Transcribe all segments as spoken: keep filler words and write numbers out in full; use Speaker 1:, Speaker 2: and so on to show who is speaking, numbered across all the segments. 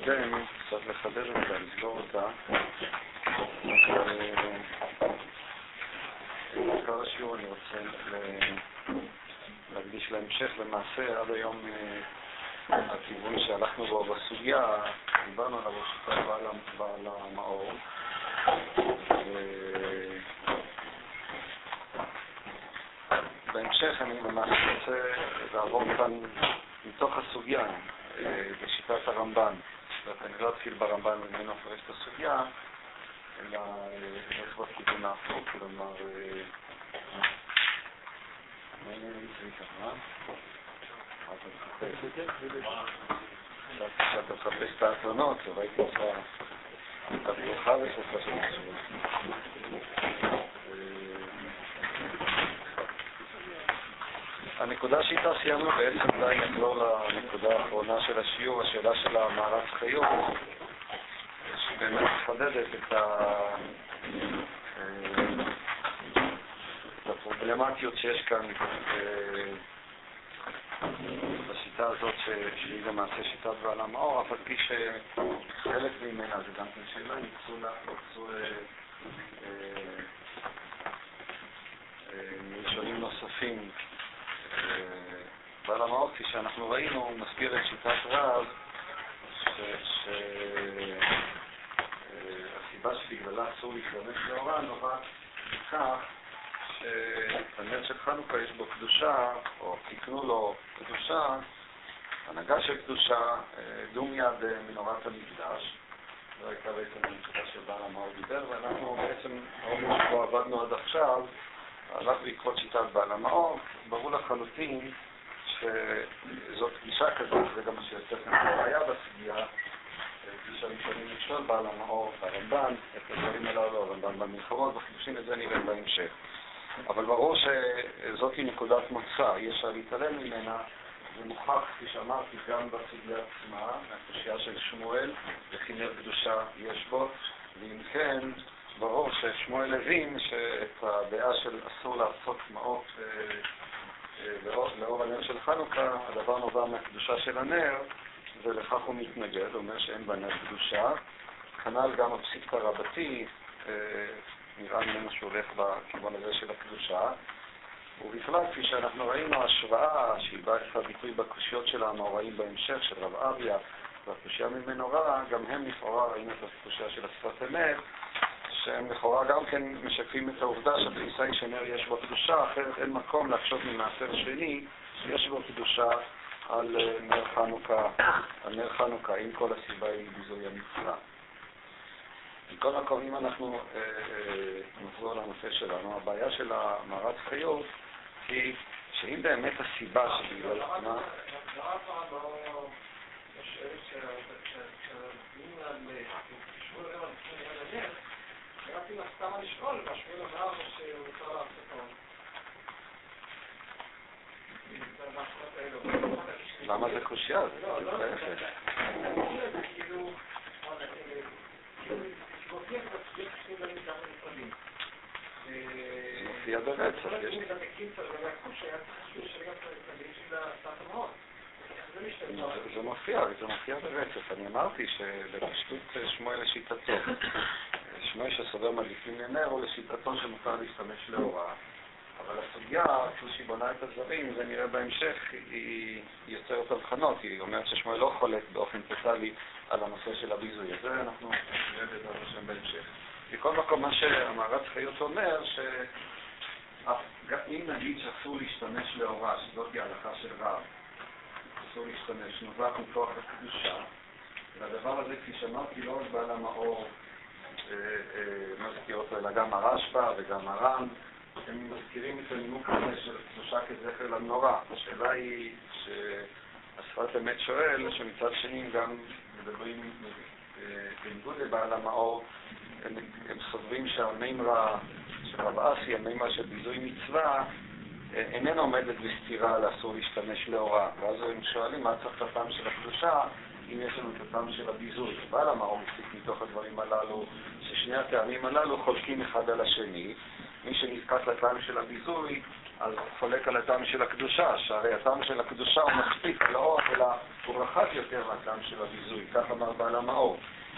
Speaker 1: הקודם, קצת לחדד אותה, לסגור אותה. בעיקר השיעור אני רוצה להקדיש להמשך. למעשה עד היום הכיוון שהלכנו בו בסוגיה, דיברנו על הראשיתה ועל המאור. בהמשך אני למעשה רוצה לעבור כאן מתוך הסוגיה בשיטת הרמב"ן. אני לא אתחיל ברמב"ן וממנו אפרש את הסוגיה, אלא איך בכיוון ההפוך, כלומר מה העניין צביקה, מה? מה אתה מחפש? אתה מחפש את האתונות, ראיתי אותך את הברוכה בסופו של משהו. הנקודה שאיתה סיימנו בעצם די נחזור לנקודה האחרונה של השיעור, השאלה של המערץ חיות, שבאמת מחדדת את הפרובלמטיות שיש כאן בשיטה הזאת, שהיא למעשה שיטת בעל המאור, אף על פי שחלק ממנה זה גם כן שאלה, נקצו מלשונים נוספים. בעל המאור, כפי שאנחנו ראינו, הוא מסביר את שיטת רב, שהסיבה שבגללה אסור להשתמש לאורה נובעת מכך שהנר של חנוכה יש בו קדושה, או תקנו לו קדושה, הנהגה של קדושה, דום יד מנורת המקדש. זו הייתה בעצם הנקודה שבעל המאור דיבר, ואנחנו בעצם, האופן שבו עבדנו עד עכשיו, הלך בעקבות שיטת בעל המאור. ברור לחלוטין שזאת פגישה כזאת, זה גם מה שיוצא כאן היה בסוגיה, פגישה ראשונים לשאול בעל המאור והרמב"ן, את הדברים הללו, הרמב"ן במלחמות, בחידושים את זה נראה בהמשך. אבל ברור שזאת היא נקודת מוצא, אי אפשר להתעלם ממנה, זה מוכח, כפי שאמרתי, גם בסוגיה עצמה, מהקושייה של שמואל, וכינר קדושה יש בו, ואם כן, ברור ששמואל הבין שאת הדעה של אסור לעשות טמאות לאור הנר של חנוכה, הדבר נובע מהקדושה של הנר, ולכך הוא מתנגד, אומר שאין בנר קדושה. כנ"ל גם הפסיקה רבתי, נראה ממנו שהוא הולך בכיוון הזה של הקדושה. ובכלל, כפי שאנחנו ראינו, השוואה שהיא באה את הביטוי בקושיות של המאורעים בהמשך, של רב אביה והקושיה ממנורה, גם הם לכאורה ראינו את הקושיה של השפת אמת, שהם לכאורה גם כן משקפים את העובדה שבתפיסה היא שנר יש בו קדושה, אחרת אין מקום לחשוב ממעשר שני שיש בו קדושה על נר חנוכה, על נר חנוכה, אם כל הסיבה היא ביזוי המצווה. מכל מקום, אם אנחנו אה, אה, נחזור לנושא שלנו, הבעיה של המערץ חיות היא שאם באמת הסיבה שבגלל... מה?
Speaker 2: למה לא שואל כשנותנים על לשאול למה לפני על הנר, קראתי לה סתם לשאול, והשואל אמר שהוא צריך לעשות.
Speaker 1: למה זה קושיה?
Speaker 2: לא, לא, לא, זה כאילו...
Speaker 1: זה מופיע ברצף. זה מופיע, זה מופיע ברצף. אני אמרתי שבפשטות שמואל לשיטתו. שמואל שסובר מדליקים לנר או לשיטתו שמותר להשתמש לאורה. אבל הסוגיה, כפי שהיא בונה את הדברים, זה נראה בהמשך, היא יוצרת הבחנות. היא אומרת ששמואל לא חולק באופן טוטלי על הנושא של הביזוי. זה אנחנו נראה בעזרת השם בהמשך. בכל מקום, מה שהמערץ חיות אומר, שאם נגיד שאסור להשתמש לאורה, שזאת היא ההלכה של רב, אסור להשתמש, נובע מכוח הקדושה, והדבר הזה, כפי שאמרתי, לא רק בעל המאור מזכיר אותו, אלא גם הרשב"א וגם הר"ן, הם מזכירים את הנימוק הזה של קדושה כזכר למנורה. השאלה היא שהשפת אמת שואל, שמצד שני גם מדברים בניגוד לבעל המאור, הם, הם סוברים שהמימרה של רב אסי, המימרה של ביזוי מצווה, איננה עומדת בסתירה לאסור להשתמש לאורה. ואז הם שואלים מה צריך את הטעם של הקדושה, אם יש לנו את הטעם של הביזוי. בעל המאור מסיק מתוך הדברים הללו, ששני הטעמים הללו חולקים אחד על השני, מי שנזקק לטעם של הביזוי, אז חולק על הטעם של הקדושה, שהרי הטעם של הקדושה הוא מספיק לא, אלא הוא רחב יותר מהטעם של הביזוי, כך אמר בעל המאור.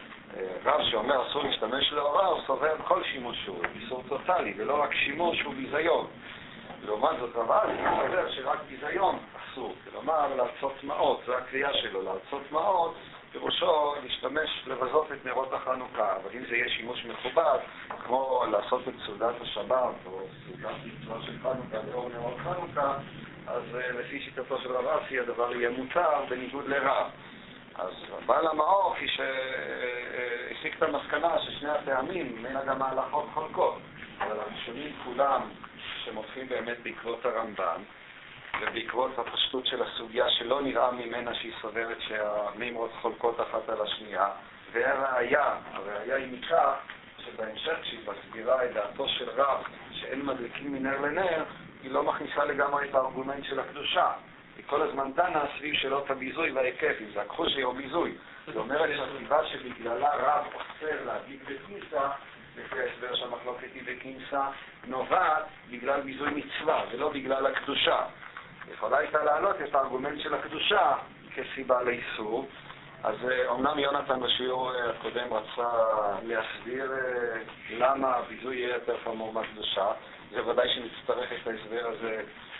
Speaker 1: רב שאומר אסור להשתמש לאורה, הוא סובר כל שימוש הוא, איסור טוטלי, ולא רק שימוש הוא ביזיון. לעומת זאת רב הוא סובר שרק ביזיון אסור, כלומר לעצות מעות, זו הקריאה שלו, לעצות מעות, פירושו להשתמש, לבזות את נרות החנוכה, אבל אם זה יהיה שימוש מכובד, כמו לעשות את סעודת השבת, או סעודת מצווה של חנוכה, לאור נרות חנוכה, אז לפי שיטתו של רב אסי הדבר יהיה מותר בניגוד לרב. אז בעל המאור, כפי שהסיק את המסקנה ששני הטעמים, ממנה גם ההלכות חולקות, אבל הראשונים כולם שמותחים באמת בעקבות הרמב"ן, ובעקבות הפשטות של הסוגיה שלא נראה ממנה שהיא סוברת שהמימרות חולקות אחת על השנייה, והראיה, הראיה היא מכך שבהמשך כשהיא מסבירה את דעתו של רב שאין מדליקים מנר לנר, היא לא מכניסה לגמרי את הארגומנט של הקדושה. היא כל הזמן דנה סביב שאלות הביזוי וההיקף, אם זה הכחושי או ביזוי. זאת אומרת שהסיבה שבגללה רב אוסר להדליק בכניסה, לפי ההסבר שהמחלוקת היא בכניסה, נובעת בגלל ביזוי מצווה ולא בגלל הקדושה. יכולה הייתה להעלות את הארגומנט של הקדושה כסיבה לאיסור. אז אומנם יונתן בשיעור הקודם רצה להסביר למה הביזוי יהיה יותר חמור מהקדושה. זה ודאי שנצטרך את ההסבר הזה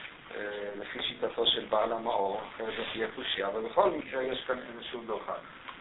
Speaker 1: לפי שיטתו של בעל המאור, אחרת זה תהיה קושיה, אבל בכל מקרה יש כאן איזשהו דוחק.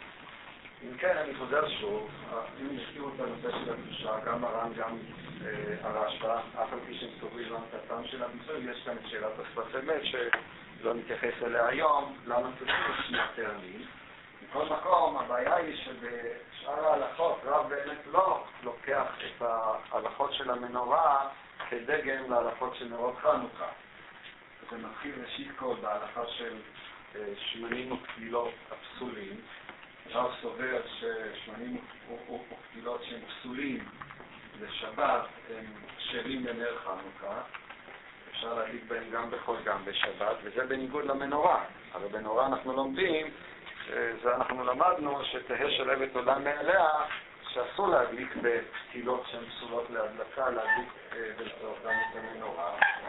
Speaker 1: אם כן, אני חוזר שוב, אם נזכירו את הנושא של הקדושה, גם הר"ן, גם הרשב"א, אף על פי שהם סוברים להנתתם של הביזוי, יש כאן את שאלת השפת אמת שלא נתייחס אליה היום, למה צריכים שני הטעמים. בכל מקום, הבעיה היא שבשאר ההלכות רב באמת לא לוקח את ההלכות של המנורה כדגם להלכות של נרות חנוכה. זה מתחיל ראשית כל בהלכה של שמנים ופתילות הפסולים. רב סובר ששמנים ופתילות שהם פסולים לשבת הם כשרים לנר חנוכה. אפשר להדליק בהם גם בחול גם בשבת, וזה בניגוד למנורה. אבל בנורה אנחנו לומדים, זה אנחנו למדנו שתהא שלבת עולם מעליה, שאסור להדליק בפתילות שהן פסולות להדלקה, להדליק באמצעות גם את המנורה.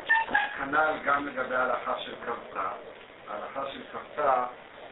Speaker 1: כנ"ל גם לגבי ההלכה של כבתה. ההלכה של כבתה,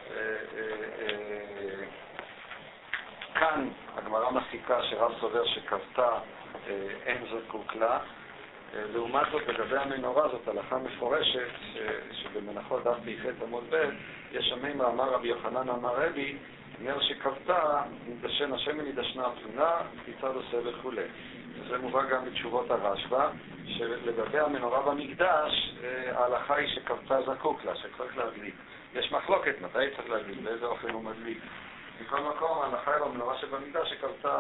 Speaker 1: כאן הגמרא מסיקה שרב סובר שכבתה אין זקוק לה. לעומת זאת, לגבי המנורה, זאת הלכה מפורשת שבמנחות דף פ"ח עמוד ב' יש שם אמר רבי יוחנן אמר רבי, אומר שכבתה נדשן השמן נדשנה אפונה, כיצד עושה וכו'. זה מובא גם בתשובות הרשב"א, שלגבי המנורה במקדש, ההלכה היא שכבתה זקוק לה, שצריך להדליק. יש מחלוקת מתי צריך להדליק, באיזה אופן הוא מדליק. מכל מקום, ההלכה היא במנורה שבמקדש שכבתה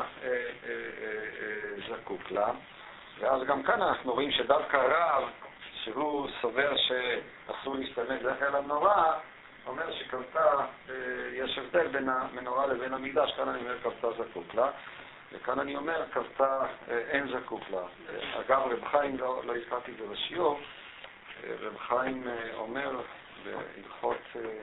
Speaker 1: זקוק לה. ואז גם כאן אנחנו רואים שדווקא רב, שהוא סובר שאסור להסתמך דרך אל המנורה, אומר שכבתה, יש הבדל בין המנורה לבין המקדש, כאן אני אומר כבתה זקוק לה, וכאן אני אומר כבתה אין זקוק לה. אגב, רב חיים, לא, לא הזכרתי את זה בשיעור, רב חיים אומר בהלכות,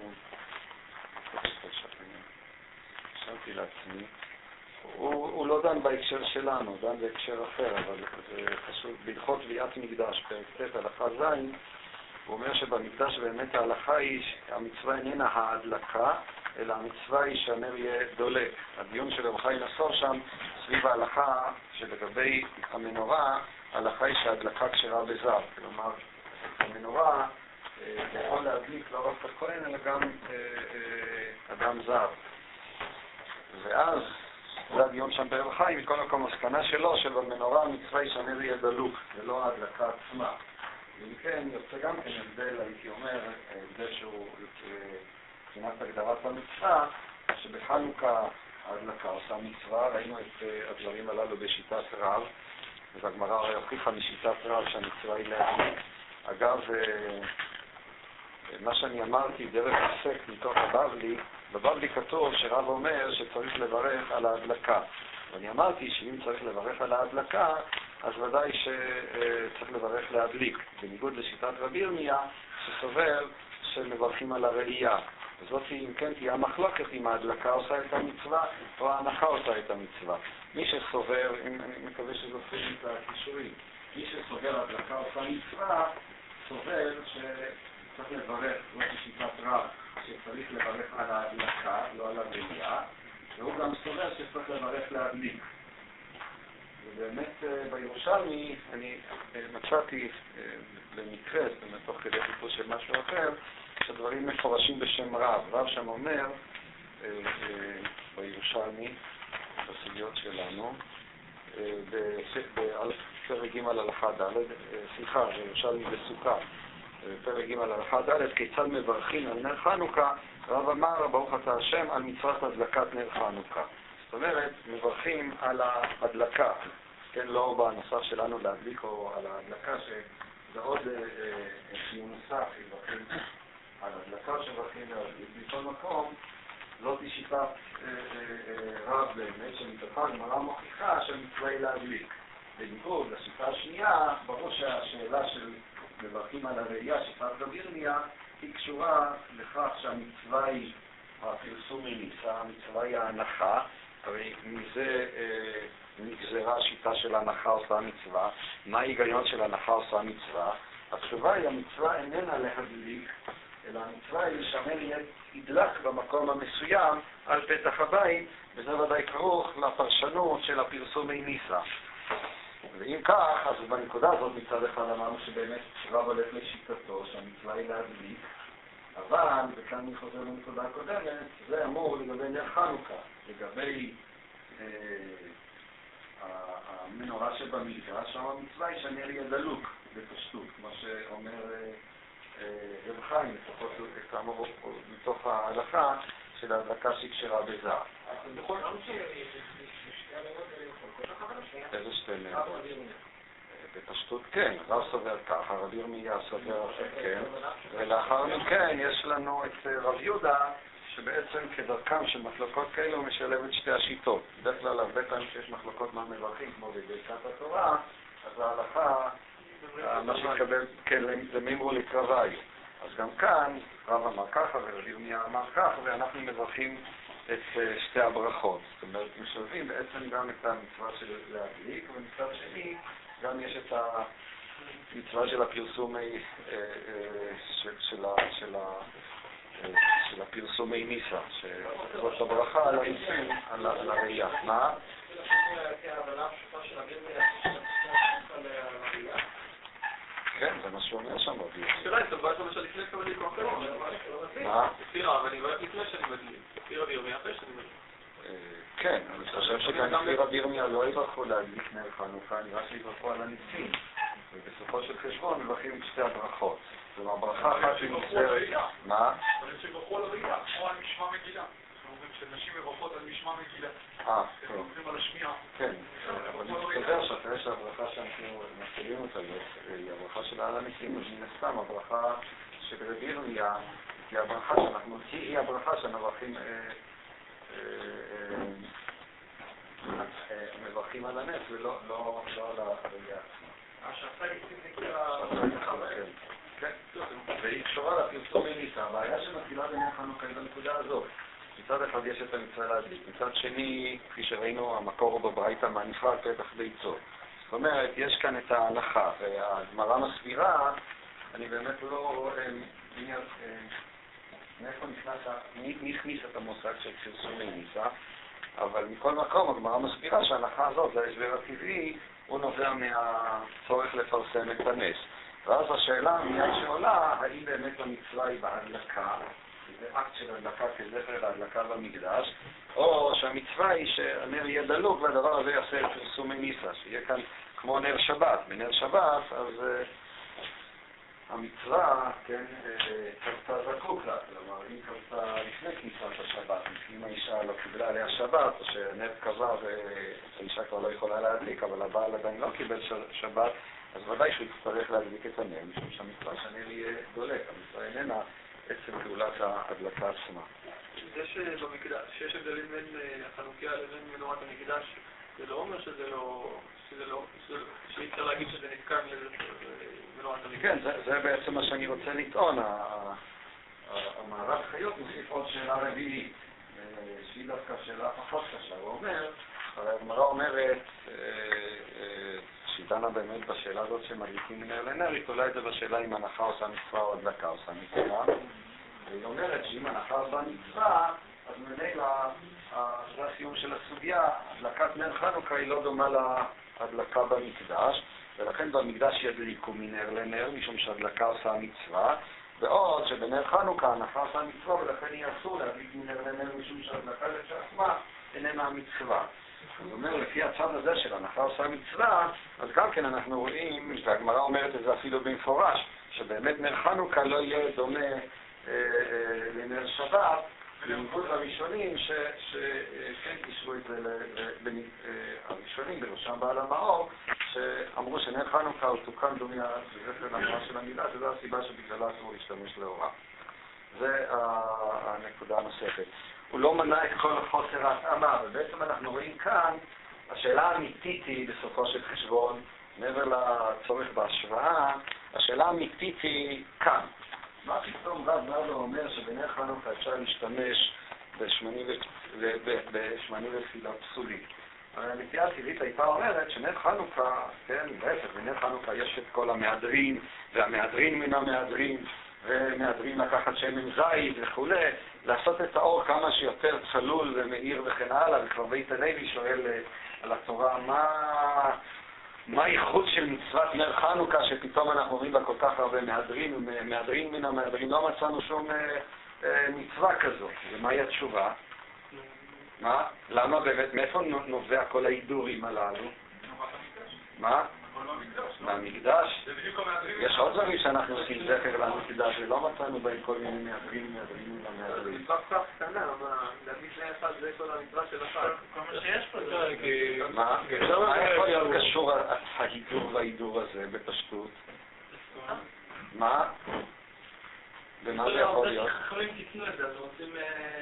Speaker 1: חשבתי לעצמי, הוא, הוא לא דן בהקשר שלנו, דן בהקשר אחר, אבל זה חשוב, בהלכות תביעת מקדש, פרק ט' הלכה ז', הוא אומר שבמקדש באמת ההלכה היא, המצווה איננה ההדלקה, אלא המצווה היא שהנר יהיה דולק. הדיון של רב חיים נסוב שם סביב ההלכה שלגבי המנורה, ההלכה היא שההדלקה כשרה בזר. כלומר, המנורה יכול להדליק לא רק הכהן, אלא גם אדם זר. ואז, זה הדיון שם ברב חיים, מכל מקום הסכנה שלו, שבמנורה המצווה היא שהנר יהיה דלוק, ולא ההדלקה עצמה. ואם כן, יוצא גם כן הבדל, הייתי אומר, הבדל שהוא מבחינת הגדרת המצווה, שבחנוכה ההדלקה עושה מצווה, ראינו את הדברים הללו בשיטת רב, והגמרא הרי הוכיחה משיטת רב שהמצווה היא להדליק. אגב, מה שאני אמרתי, דרך עסק מתוך הבבלי, בבבלי כתוב שרב אומר שצריך לברך על ההדלקה. ואני אמרתי שאם צריך לברך על ההדלקה, אז ודאי שצריך לברך להדליק, בניגוד לשיטת רבי ירמיה, שסובר שמברכים על הראייה. וזאת אם כן תהיה המחלוקת אם ההדלקה עושה את המצווה או ההנחה עושה את המצווה. מי שסובר, אני מקווה שזוכרים את הקישורים, מי שסובר הדלקה עושה מצווה, סובר שצריך לברך, זאת שיטת רב, שצריך לברך על ההדלקה, לא על הראייה, והוא גם סובר שצריך לברך להדליק. ובאמת בירושלמי אני מצאתי במקרה, זאת אומרת, תוך כדי חיפוש של משהו אחר, שהדברים מפורשים בשם רב. רב שם אומר בירושלמי, בסוגיות שלנו, בפרק ג' הלכה ד', סליחה, בירושלמי בסוכה, בפרק ג' הלכה ד', כיצד מברכים על נר חנוכה, רב אמר, ברוך אתה השם, על מצוות הדלקת נר חנוכה. זאת אומרת, מברכים על ההדלקה, כן, לא בנוסף שלנו להדליק או על ההדלקה, שזה עוד ציון נוסף, מברכים על הדלקה שמברכים להדליק. בכל מקום, זאת היא שיטת רב באמת, שמתוכה גמרא מוכיחה שהמצווה היא להדליק. בניגוד לשיטה השנייה, ברור שהשאלה של מברכים על הראייה, שיטת רב ירמיה, היא קשורה לכך שהמצווה היא הפרסום מניסה, המצווה היא ההנחה, הרי מזה אה, נגזרה השיטה של ההנחה עושה מצווה. מה ההיגיון של ההנחה עושה מצווה? התשובה היא, המצווה איננה להדליק, אלא המצווה היא לשמר ידלק במקום המסוים על פתח הבית, וזה ודאי כרוך לפרשנות של הפרסומי ניסה. ואם כך, אז בנקודה הזאת מצד אחד אמרנו שבאמת רב הולך לשיטתו, שהמצווה היא להדליק, אבל, וכאן אני חוזר לנקודה הקודמת, זה אמור לגבי נר חנוכה, לגבי אה, המנורה שבמקדש, שם המצווה היא שהנר יהיה דלוק בפשטות, כמו שאומר אה, אה, רב חיים, לפחות כאמור מתוך ההלכה של ההדלקה שקשרה בזר.
Speaker 2: בכל פעם ששתי הנרות כל כך אבל שנייה?
Speaker 1: איזה שתי נרות? בפשטות כן, רב סובר ככה, רב ירמיה סובר כן, ולאחר מכן יש לנו את רב יהודה, שבעצם כדרכם של מחלוקות כאלו הוא משלב את שתי השיטות. בדרך כלל הרבה פעמים שיש מחלוקות מה מברכים, כמו בברכת התורה, אז ההלכה, מה שהתקבל, כן, זה מימרו לקרביו. אז גם כאן רב אמר ככה ורב ירמיה אמר כך, ואנחנו מברכים את שתי הברכות. זאת אומרת, משלבים בעצם גם את המצווה של להדליק, ומצד שני גם יש את המצווה של הפרסומי של הפרסומי ניסה, שזאת הברכה על הניסים, על הראייה. מה? כן, זה מה שהוא אומר שם רבי.
Speaker 2: שאלה, אתה בא את למשל לפני כמה דקות אחרות.
Speaker 1: מה?
Speaker 2: ספירה, אבל אני רואה לפני שאני מדליק. ספירה וירמיה אחרי שאני מדליק.
Speaker 1: כן, אני חושב שגם ספירה וירמיה לא יברכו להדליק נר חנוכה, נראה שיברכו על הניסים. ובסופו של חשבון מברכים את שתי הברכות. זאת אומרת, ברכה אחת שנגזרת... מה?
Speaker 2: אבל הם שברכו על הראייה, או על משמע מגילה. אנחנו אומרים שנשים מברכות על משמע מגילה.
Speaker 1: אה,
Speaker 2: כן. הם אומרים על השמיעה.
Speaker 1: כן, אבל אני מסתבר שאחרי שהברכה שאנחנו מפעילים אותה היא הברכה של על הניסים, אז מן הסתם הברכה של רבי ירמיה היא הברכה שאנחנו... היא הברכה שמברכים... מברכים על הנס ולא על הראייה עצמה.
Speaker 2: השעתה היא
Speaker 1: כן, והיא קשורה לפרסומי ניסה. הבעיה שמתחילה בנר חנוכה היא בנקודה הזאת. מצד אחד יש את המצווה להדליק, מצד שני, כפי שראינו, המקור בברייתא מהניחה על פתח ביצות. זאת אומרת, יש כאן את ההלכה, והגמרא מסבירה, אני באמת לא רואה מאיפה נכניס את המושג של פרסומי ניסה, אבל מכל מקום הגמרא מסבירה שההלכה הזאת, זה ההסבר הטבעי, הוא נובע מהצורך לפרסם את הנס. ואז השאלה מיד שעולה, האם באמת המצווה היא בהדלקה, זה אקט של הדלקה כזכר להדלקה במקדש, או שהמצווה היא שהנר יהיה דלוק והדבר הזה יעשה את פרסומי ניסה, שיהיה כאן כמו נר שבת. בנר שבת, אז uh, המצווה, כן, קרתה זקוק לה, כלומר, היא קרתה לפני כניסת השבת, אם האישה לא קיבלה עליה שבת, או שנר כזה והאישה כבר לא יכולה להדליק, אבל הבעל עדיין לא קיבל שבת, אז ודאי שהוא יצטרך להדליק את הנר, משום שהמצווה שהנר יהיה דולק, המצווה איננה עצם פעולת ההדלקה עצמה.
Speaker 2: זה שבמקדש, שיש הבדלים בין החנוכיה לבין מנורת המקדש, זה לא אומר שזה לא, שזה לא, שאי אפשר להגיד שזה נתקן למנורת המקדש.
Speaker 1: כן, זה, זה בעצם מה שאני רוצה לטעון. המערת חיות מוסיף עוד שאלה רביעית, שהיא דווקא שאלה פחות קשה. הוא אומר, הרי הגמרא אומרת שהיא דנה באמת בשאלה הזאת שמדליקים מנהר לנר, היא תולה את זה בשאלה אם הנחה עושה מצווה או הדלקה עושה מצווה. והיא אומרת שאם הנחה עושה מצווה, אז ממילא, זה הסיום של הסוגיה, הדלקת נר חנוכה היא לא דומה להדלקה במקדש, ולכן במקדש ידליקו מנר לנר, משום שהדלקה עושה מצווה, בעוד שבנר חנוכה הנחה עושה מצווה, ולכן היא אסור להדליק מנר לנר, משום שהדלקה לעצמה איננה מצווה. זאת אומרת, לפי הצד הזה של הנחה עושה מצווה, אז גם כן אנחנו רואים, והגמרא אומרת את זה אפילו במפורש, שבאמת נר חנוכה לא יהיה דומה אה, אה, לנר שבת, בניגוד הראשונים שכן קישרו את זה לראשונים, בראשם בעל המאור, שאמרו שנר חנוכה הוא תוקן דומי בזכר למאה של המילה, שזו הסיבה שבגללה אסור להשתמש להוראה. זה הנקודה הנוספת. הוא לא מנע את כל חוסר ההתאמה, ובעצם אנחנו רואים כאן, השאלה האמיתית היא בסופו של חשבון, מעבר לצורך בהשוואה, השאלה האמיתית היא כאן. מה פתאום רב רב אומר שבנר חנוכה אפשר להשתמש בשמנים ותפילה פסולים? הנטייה הטבעית הייתה אומרת שנר חנוכה, כן, להפך, בנר חנוכה יש את כל המהדרין, והמהדרין מן המהדרין, ומהדרין לקחת שמן זית וכו', לעשות את האור כמה שיותר צלול ומאיר וכן הלאה, וכבר בית הלוי שואל על התורה, מה... מה הייחוד של מצוות נר חנוכה שפתאום אנחנו רואים בה כל כך הרבה מהדרין, מהדרין מן המהדרין, לא מצאנו שום אה, אה, מצווה כזאת. ומהי התשובה? מה? למה באמת? מאיפה נובע כל ההידורים הללו? מה? מהמקדש? יש עוד דברים שאנחנו עושים זכר למקדש ולא מצאנו בהם כל מיני מהדרין, מהדרין מן המהדרין.
Speaker 2: זה מצווה קצת קטנה, להגיד זה אחד, זה כל המצווה של אחד.
Speaker 3: כל מה שיש פה זה...
Speaker 1: מה? מה יכול להיות קשור ההידור וההידור הזה בפשטות? מה? ומה זה יכול להיות?
Speaker 2: חכמים תקנו את זה, אז רוצים...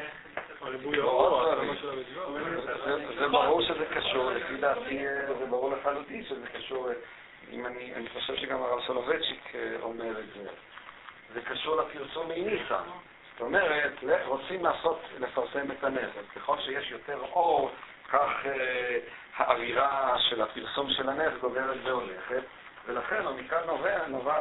Speaker 1: זה ברור שזה קשור, לפי דעתי זה ברור לחלוטין שזה קשור, אם אני, אני חושב שגם הרב סולובייצ'יק אומר את זה, זה קשור לפרסום מניסה. זאת אומרת, רוצים לעשות, לפרסם את הנס, אז ככל שיש יותר אור, כך האווירה של הפרסום של הנס גוברת והולכת, ולכן מכאן נובע, נובעת,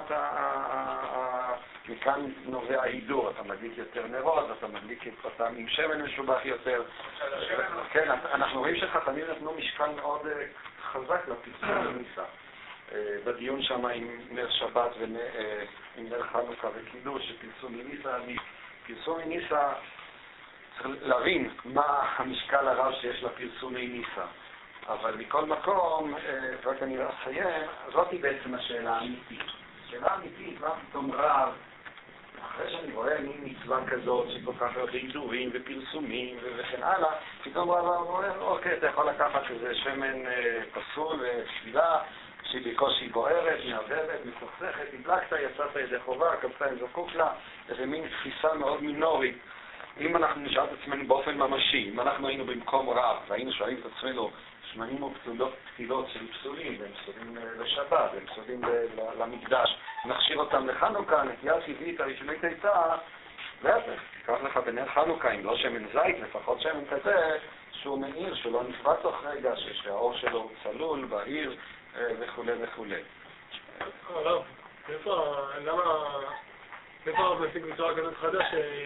Speaker 1: מכאן נובע ההידור, אתה מדליק יותר נרות, אתה מדליק את אותם עם שמן משובח יותר. כן, אנחנו רואים שחכמים נתנו משקל מאוד חזק לפרסום בניסה. בדיון שם עם נר שבת ועם נר חנוכה וקידוש, שפרסום מניסה, פרסום מניסה, צריך להבין מה המשקל הרב שיש לפרסום מניסה. אבל מכל מקום, רק אני אסיים, זאת היא בעצם השאלה האמיתית. השאלה האמיתית, מה פתאום רב, אחרי שאני רואה מין מצווה כזאת, שכל כך הרבה הידורים ופרסומים וכן הלאה, פתאום רב אומר, אוקיי, אתה יכול לקחת איזה שמן פסול ותפילה, שהיא בקושי בוערת, מעבדת, מסוכסכת, הדלקת, יצאת ידי חובה, קבצת עם זקוק לה, איזה מין תפיסה מאוד מינורית. אם אנחנו נשאל את עצמנו באופן ממשי, אם אנחנו היינו במקום רב, והיינו שואלים את עצמנו, שמנים או פתילות של פסולים, והם פסולים לשבת, והם פסולים למקדש, נכשיר אותם לחנוכה, נטייה טבעית הראשונית הייתה, להפך, תיקח לך בנר חנוכה, אם לא שמן זית, לפחות שמן כזה, שהוא מאיר, שהוא לא נפבע תוך רגע, שהאור שלו הוא צלול, בהיר, וכו' וכו'.
Speaker 3: לא, למה, איפה הרב משיג בצורה כזאת חדש,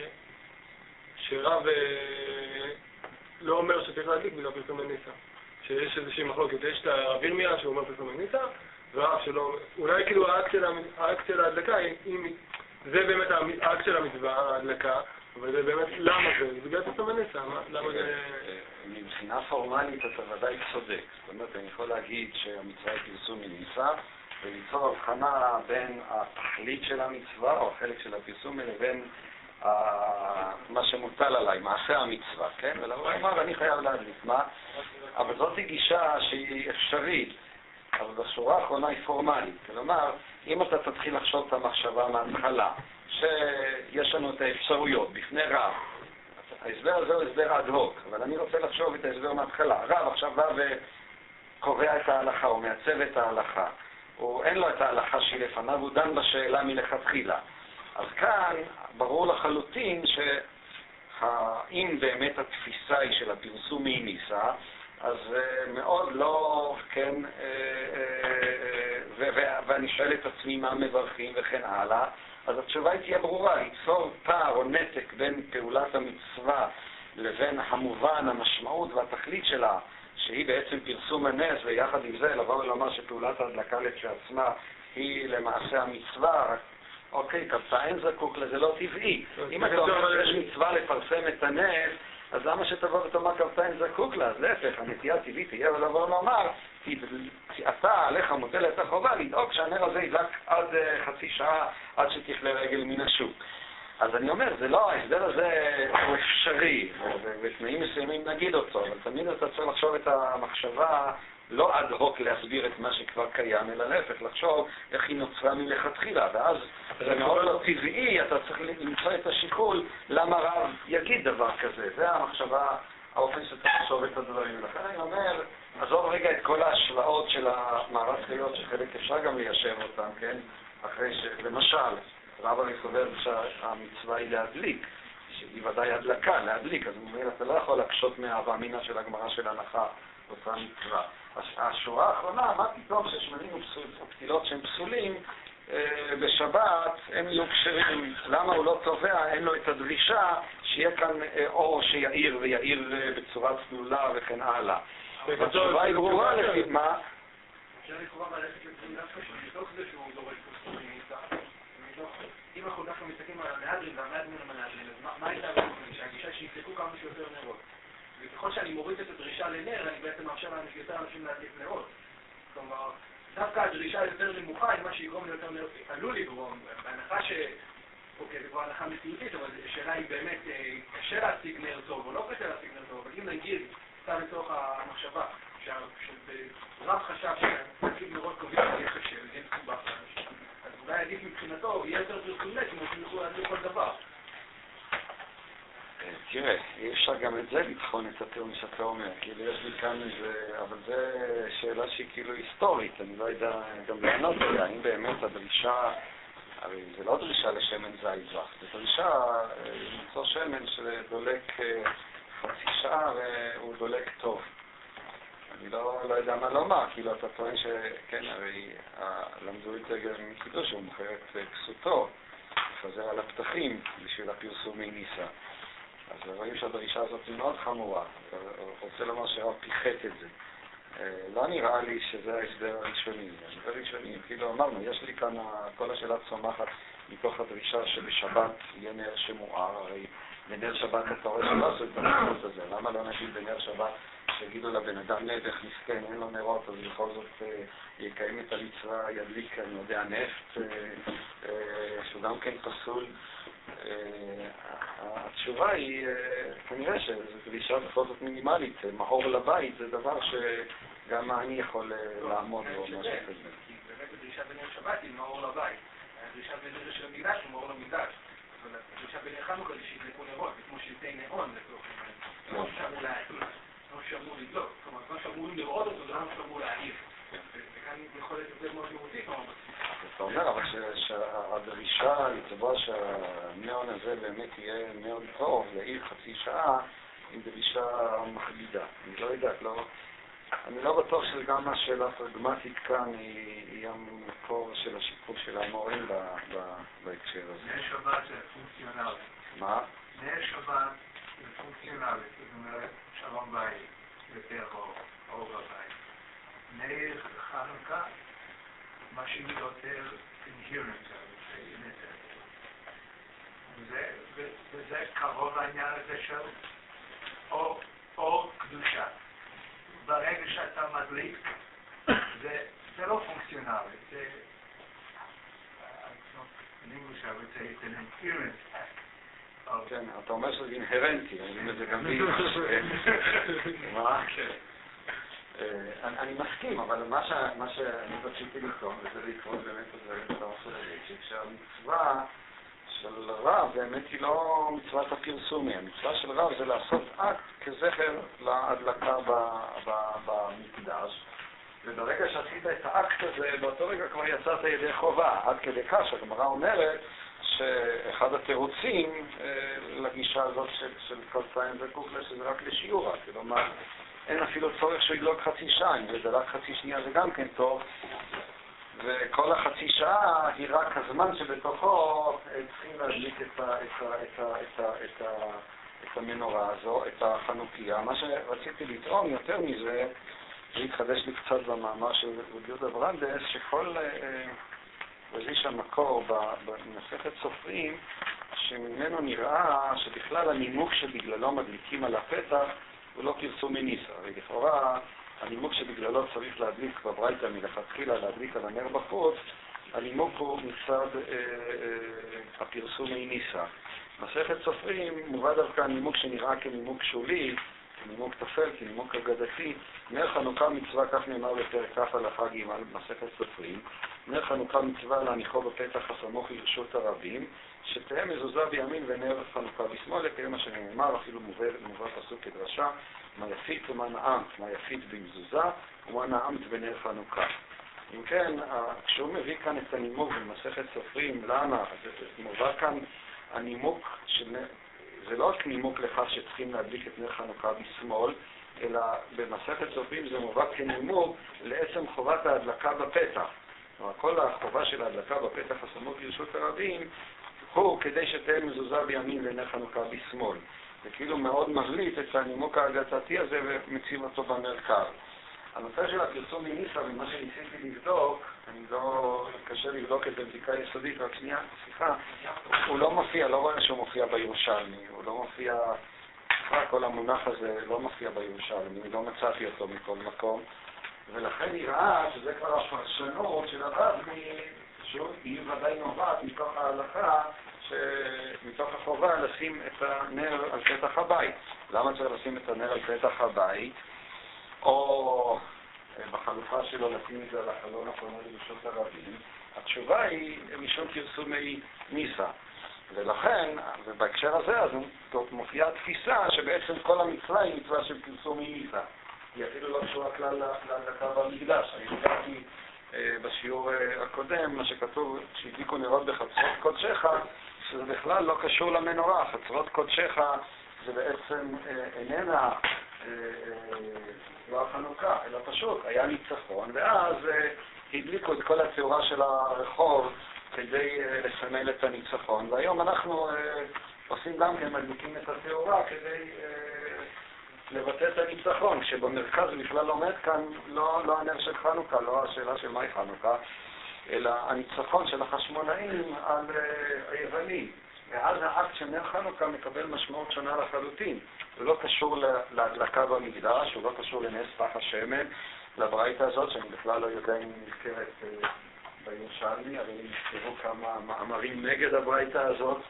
Speaker 3: שרב לא אומר שצריך להדליק בגלל פרסום מניסה? שיש איזושהי מחלוקת, יש את הרב ירמיה שהוא אומר פרסום מניסה, ורב שלא, אולי כאילו האקט של ההדלקה, זה באמת האקט של המצווה, ההדלקה, אבל זה באמת, למה זה? זה בגלל פרסום מניסה, למה זה...
Speaker 1: מבחינה פורמלית אתה ודאי צודק, זאת אומרת, אני יכול להגיד שהמצווה היא פרסום מניסה, וליצור הבחנה בין התכלית של המצווה, או החלק של הפרסום, לבין מה שמוטל עליי, מעשה המצווה, כן? ולא אמר, אני חייב להדליק, מה? אבל זאת היא גישה שהיא אפשרית, אבל בשורה האחרונה היא פורמלית. כלומר, אם אתה תתחיל לחשוב את המחשבה מההתחלה, שיש לנו את האפשרויות בפני רב, ההסבר הזה הוא הסבר אד-הוק, אבל אני רוצה לחשוב את ההסבר מההתחלה. רב עכשיו בא וקובע את ההלכה, הוא מעצב את ההלכה. הוא אין לו את ההלכה שלפניו, הוא דן בשאלה מלכתחילה. אז כאן ברור לחלוטין שאם באמת התפיסה היא של הפרסום מניסה, אז מאוד לא, כן, עצמי מה מברכים וכן הלאה, אז התשובה היא תהיה ברורה, ליצור פער או נתק בין פעולת המצווה לבין המובן, המשמעות והתכלית שלה, שהיא בעצם פרסום הנס, ויחד עם זה לבוא ולומר שפעולת ההדלקה לעצמה היא למעשה המצווה. אוקיי, כפתע אין זקוק לזה, לא טבעי. אם אתה אומר שיש מצווה לפרסם את הנס, אז למה שתבוא ותאמר כפתע אין זקוק לה? אז להפך, הנטייה הטבעית תהיה ולבוא ולומר, אתה עליך מוטל את החובה לדאוג שהנר הזה ידלק עד חצי שעה, עד שתכלה רגל מן השוק. אז אני אומר, זה לא, ההסדר הזה הוא אפשרי, ובתנאים מסוימים נגיד אותו, אבל תמיד אתה צריך לחשוב את המחשבה, לא עד הוק להסביר את מה שכבר קיים, אלא להפך, לחשוב איך היא נוצרה מלכתחילה, ואז זה מאוד לא טבעי, אתה צריך למצוא את השיקול למה רב יגיד דבר כזה. זה המחשבה, האופן שצריך לחשוב את הדברים. ולכן אני אומר, עזוב רגע את כל ההשוואות של המערת חיות, שחלק אפשר גם ליישב אותם, כן? אחרי ש... למשל, רב הרי סובר שהמצווה היא להדליק, שהיא ודאי הדלקה, להדליק, אז הוא אומר, אתה לא יכול להקשות מהאהבה אמינה של הגמרא של הנחה, אותה מצווה. השורה האחרונה, מה פתאום ששמנים ופתילות שהם פסולים, בשבת הם יהיו כשרים. למה הוא לא תובע, אין לו את הדרישה שיהיה כאן אור שיעיר ויעיר בצורה צלולה וכן הלאה. התשובה היא ברורה לפי מה?
Speaker 2: אפשר לקרוא ללכת לפעמים דווקא שמתוך זה שהוא דורש פרסום מניסה, אם אנחנו דווקא מסתכלים על המהדרין והמהדרין המהדרין, אז מה הייתה בקודם? שהגישה שיפסקו כמה שיותר נרות. וככל שאני מוריד את הדרישה לנר, אני בעצם מאפשר יותר אנשים להדליק נרות. כלומר, דווקא הדרישה יותר נמוכה, אם מה שיגרום ליותר נרות, עלול לגרום, בהנחה ש... אוקיי, זה כבר הנחה מציאותית, אבל השאלה היא באמת, קשה להשיג נר טוב או לא קשה להשיג נר טוב, אבל אם נגיד, סתם לתוך המחשבה, שרב חשב שלהשיג נרות טובים יהיה קשה, זה יהיה מסובך לאנשים. אז אולי עדיף מבחינתו, יהיה יותר פרסום נס, אם הם יוכלו להדליק כל דבר.
Speaker 1: תראה, אי אפשר גם את זה לבחון את הטיעון שאתה אומר, כאילו יש לי כאן איזה, אבל זו שאלה שהיא כאילו היסטורית, אני לא יודע גם לענות עליה, האם באמת הדרישה, הרי זה לא דרישה לשמן זית זך, זה דרישה למצוא שמן שדולק חצי שעה והוא דולק טוב. אני לא, לא יודע מה לומר, כאילו אתה טוען שכן, הרי למדו את זה גם מקידוש, שהוא מוכר את כסותו, לפזר על הפתחים בשביל הפרסומי ניסה. אז רואים שהדרישה הזאת היא מאוד חמורה, רוצה לומר שהרב פיחת את זה. לא נראה לי שזה ההסבר הראשוני. ההסבר הראשוני, כאילו אמרנו, יש לי כאן, כל השאלה צומחת מתוך הדרישה שבשבת יהיה נר שמואר, הרי בנר שבת אתה רואה שלא עשו את הנרות הזה, למה לא נגיד בנר שבת שיגידו לבן אדם נדך מסכן, אין לו נרות, אז בכל זאת יקיים את המצווה, ידליק, אני יודע, נפט, שהוא גם כן פסול. התשובה היא, כנראה שזו דרישה בכל זאת מינימלית, מאור לבית זה דבר שגם אני יכול לעמוד בו, משהו כזה.
Speaker 2: כי באמת הדרישה בנר שבת היא מאור לבית, הדרישה בנר של המקדש הוא מאור למקדש, אבל הדרישה בנר חנוכה זה שידלקו נרות, זה כמו שלטי נאון לצורך העניין, לא שאמור להעיר, לא שאמור לדלוק, כלומר, לא שאמורים לראות אותו, זה לא שאמור להעיר. וכאן יכול להיות יותר מאוד מהותי, כלומר.
Speaker 1: אתה אומר, אבל שהדרישה לצבוע שהנאון הזה באמת יהיה נאון טוב, להעיר חצי שעה, עם דרישה מכבידה. אני לא יודעת, לא... אני לא בטוח שגם השאלה הפרגמטית כאן היא המקור של השיקול של המורים בהקשר הזה.
Speaker 2: נר שבת זה פונקציונלי.
Speaker 1: מה?
Speaker 2: נר שבת זה פונקציונלי, זאת אומרת, שלום בית, יותר אור בבית. נר חנוכה, מה שהיא יותר inherent, וזה קרוב לעניין הזה של אור קדושה. ברגע שאתה מדליק, זה לא פונקציונלי, זה... in English I would say it's an inherent act.
Speaker 1: כן, אתה אומר שזה אינהרנטי, אני אומר את זה גם בי. מה? אני מסכים, אבל מה שאני רציתי לקרוא, וזה לקרוא באמת את זה שאתה עושה לזה, שכשהמצווה של רב באמת היא לא מצוות הפרסומי, המצווה של רב זה לעשות אקט כזכר להדלקה במקדש, וברגע שעשית את האקט הזה, באותו רגע כבר יצאת ידי חובה, עד כדי כך שהגמרא אומרת שאחד התירוצים לגישה הזאת של קלציים וקוקלה שזה רק לשיעורה, כלומר אין אפילו צורך שהוא ידלוק חצי שעה, אם זה דלק חצי שנייה זה גם כן טוב, וכל החצי שעה היא רק הזמן שבתוכו צריכים להדליק את, ה, את, ה, את, ה, את, ה, את, ה, את המנורה הזו, את החנוכיה. מה שרציתי לטעון יותר מזה, זה התחדש לי קצת במאמר של יהודה ברנדס, שכל רגיש המקור במסכת סופרים, שממנו נראה שבכלל הנימוק שבגללו מדליקים על הפתח הוא לא פרסום מניסה. ולכאורה הנימוק שבגללו צריך להדליק בברייתא מלכתחילה, להדליק על הנר בחוץ, הנימוק הוא מצד אה, אה, הפרסום מניסה. מסכת סופרים מובא דווקא הנימוק שנראה כנימוק שולי, כנימוק תפל, כנימוק אגדתי. נר חנוכה מצווה, כך נאמר בפרק כ' הלכה ג' מסכת סופרים, נר חנוכה מצווה להניחו בפתח הסמוך לרשות הרבים, שתהיה מזוזה בימין ונר חנוכה בשמאל, לקיים מה שנאמר, אפילו מובא, מובא פסוק כדרשה, מה יפית ומה נעמת, מה יפית במזוזה ומה נעמת בנר חנוכה. אם כן, כשהוא מביא כאן את הנימוק במסכת סופרים, למה? זה מובא כאן הנימוק, של... זה לא רק נימוק לכך שצריכים להדליק את נר חנוכה בשמאל, אלא במסכת סופרים זה מובא כנימוק לעצם חובת ההדלקה בפתח. כלומר, כל החובה של ההדלקה בפתח הסמוך לרשות הרבים הוא כדי שתהיה מזוזה בימין ונר חנוכה בשמאל. זה כאילו מאוד מבליט את הנימוק האגדתי הזה ומציב אותו במרכז. הנושא של הפרסום מניסה, ומה שניסיתי לבדוק, אני לא קשה לבדוק את זה בדיקה יסודית, רק שנייה, סליחה, הוא לא מופיע, לא רואה שהוא מופיע בירושלמי, הוא לא מופיע, סליחה, כל המונח הזה לא מופיע בירושלמי, לא מצאתי אותו מכל מקום, ולכן נראה שזה כבר הפרשנות של הרב, שהיא ודאי נובעת מתוך ההלכה, מתוך החובה לשים את הנר על פתח הבית. למה צריך לשים את הנר על פתח הבית? או בחלופה שלו לשים את זה על החלון הפונה לרשות הרבים? התשובה היא משום פרסומי ניסה. ולכן, ובהקשר הזה, אז מופיעה תפיסה שבעצם כל המצווה היא מצווה של פרסומי ניסה. היא אפילו לא קשורה כלל להדלקה במקדש. אני יודעתי בשיעור הקודם, מה שכתוב, שהדליקו נרות בחצרות קודשך, שזה בכלל לא קשור למנורה. חצרות קודשך זה בעצם איננה לא החנוכה, אלא פשוט היה ניצחון, ואז הדליקו את כל התאורה של הרחוב כדי לסמל את הניצחון. והיום אנחנו עושים גם כן, מדליקים את התאורה כדי לבטא את הניצחון, כשבמרכז בכלל עומד כאן לא, לא הנר של חנוכה, לא השאלה של מהי חנוכה, אלא הניצחון של החשמונאים על היוונים. ואז האקט של נר חנוכה מקבל משמעות שונה לחלוטין. הוא לא קשור להדלקה במקדש, הוא לא קשור לנס פח השמן, לברייתא הזאת, שאני בכלל לא יודע אם נזכרת בירושלמי, אבל נזכרו כמה מאמרים נגד הברייתא הזאת.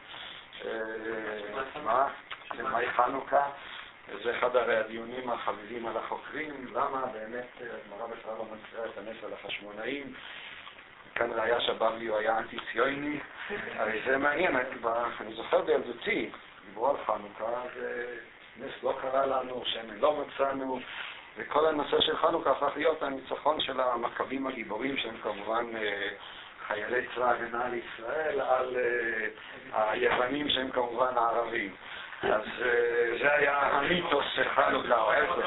Speaker 1: מה? של מהי חנוכה? זה אחד הרי הדיונים החביבים על החוקרים, למה באמת הגמרא בכלל לא מזכירה את הנס על החשמונאים. כאן ראיה שהבבלי היה אנטי-ציוני, הרי זה מעניין, אני זוכר בילדותי, דיברו על חנוכה, ונס לא קרה לנו, שמן לא מצאנו, וכל הנושא של חנוכה הפך להיות הניצחון של המכבים הגיבורים, שהם כמובן חיילי צבא הגנה לישראל, על היוונים שהם כמובן הערבים. אז זה היה המיתוס של חנוכה, או איזה,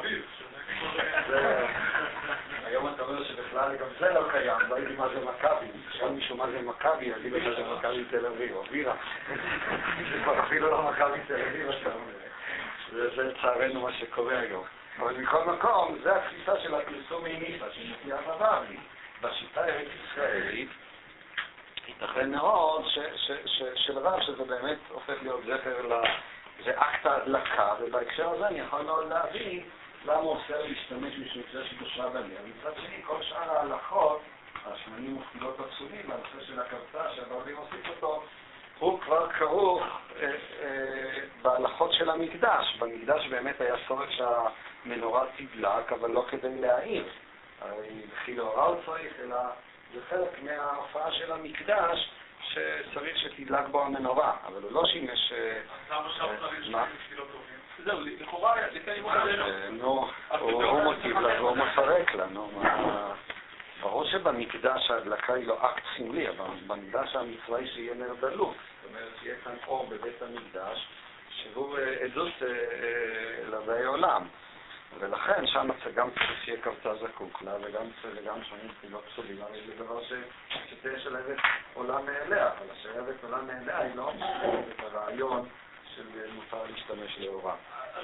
Speaker 1: היום אתה אומר שבכלל גם זה לא קיים, לא יודעים מה זה מכבי, שאל מישהו מה זה מכבי, יגיד לך זה מכבי תל אביב, או בירה. זה כבר אפילו לא מכבי תל אביב, אתה אומר. וזה צערנו מה שקורה היום. אבל מכל מקום, זה התפיסה של הפרסום מניסה, שמופיעה בבבלי. בשיטה הארץ ישראלית, ייתכן מאוד של רב שזה באמת הופך להיות זכר, זה אקט ההדלקה, ובהקשר הזה אני יכול מאוד להבין למה הוא עושה להשתמש בשביל שקושרה בנר. מצד שני, כל שאר ההלכות, השמנים ופתילות הפסולים, הנושא של הקבצה שהבבלי מוסיף אותו, הוא כבר כרוך אה, אה, בהלכות של המקדש. במקדש באמת היה צורך שהמנורה תדלק, אבל לא כדי להעיר. הרי בכי לא רע הוא צריך, אלא זה חלק מההופעה של המקדש שצריך שתדלק בו המנורה, אבל הוא לא שימש...
Speaker 2: למה שם צריך
Speaker 1: מה?
Speaker 2: תפילות טובים? זהו, לכאורה, לפני לימוד הזה...
Speaker 1: נו, הוא מוטיב לה והוא מפרק לה, נו. ברור שבמקדש ההדלקה היא לא אקט סמלי, אבל במקדש המצווה היא שיהיה נר דלוק. זאת אומרת, שיהיה כאן אור בבית המקדש, שהוא עדות לבאי עולם. ולכן שם גם צריך שיהיה קבצה זקוק לה, וגם וגם שונים תפילות פסולים, הרי זה דבר שתהיה שלהבת עולה מאליה, אבל השלהבת עולה מאליה היא לא מסתכלת את הרעיון של מותר להשתמש לאורה.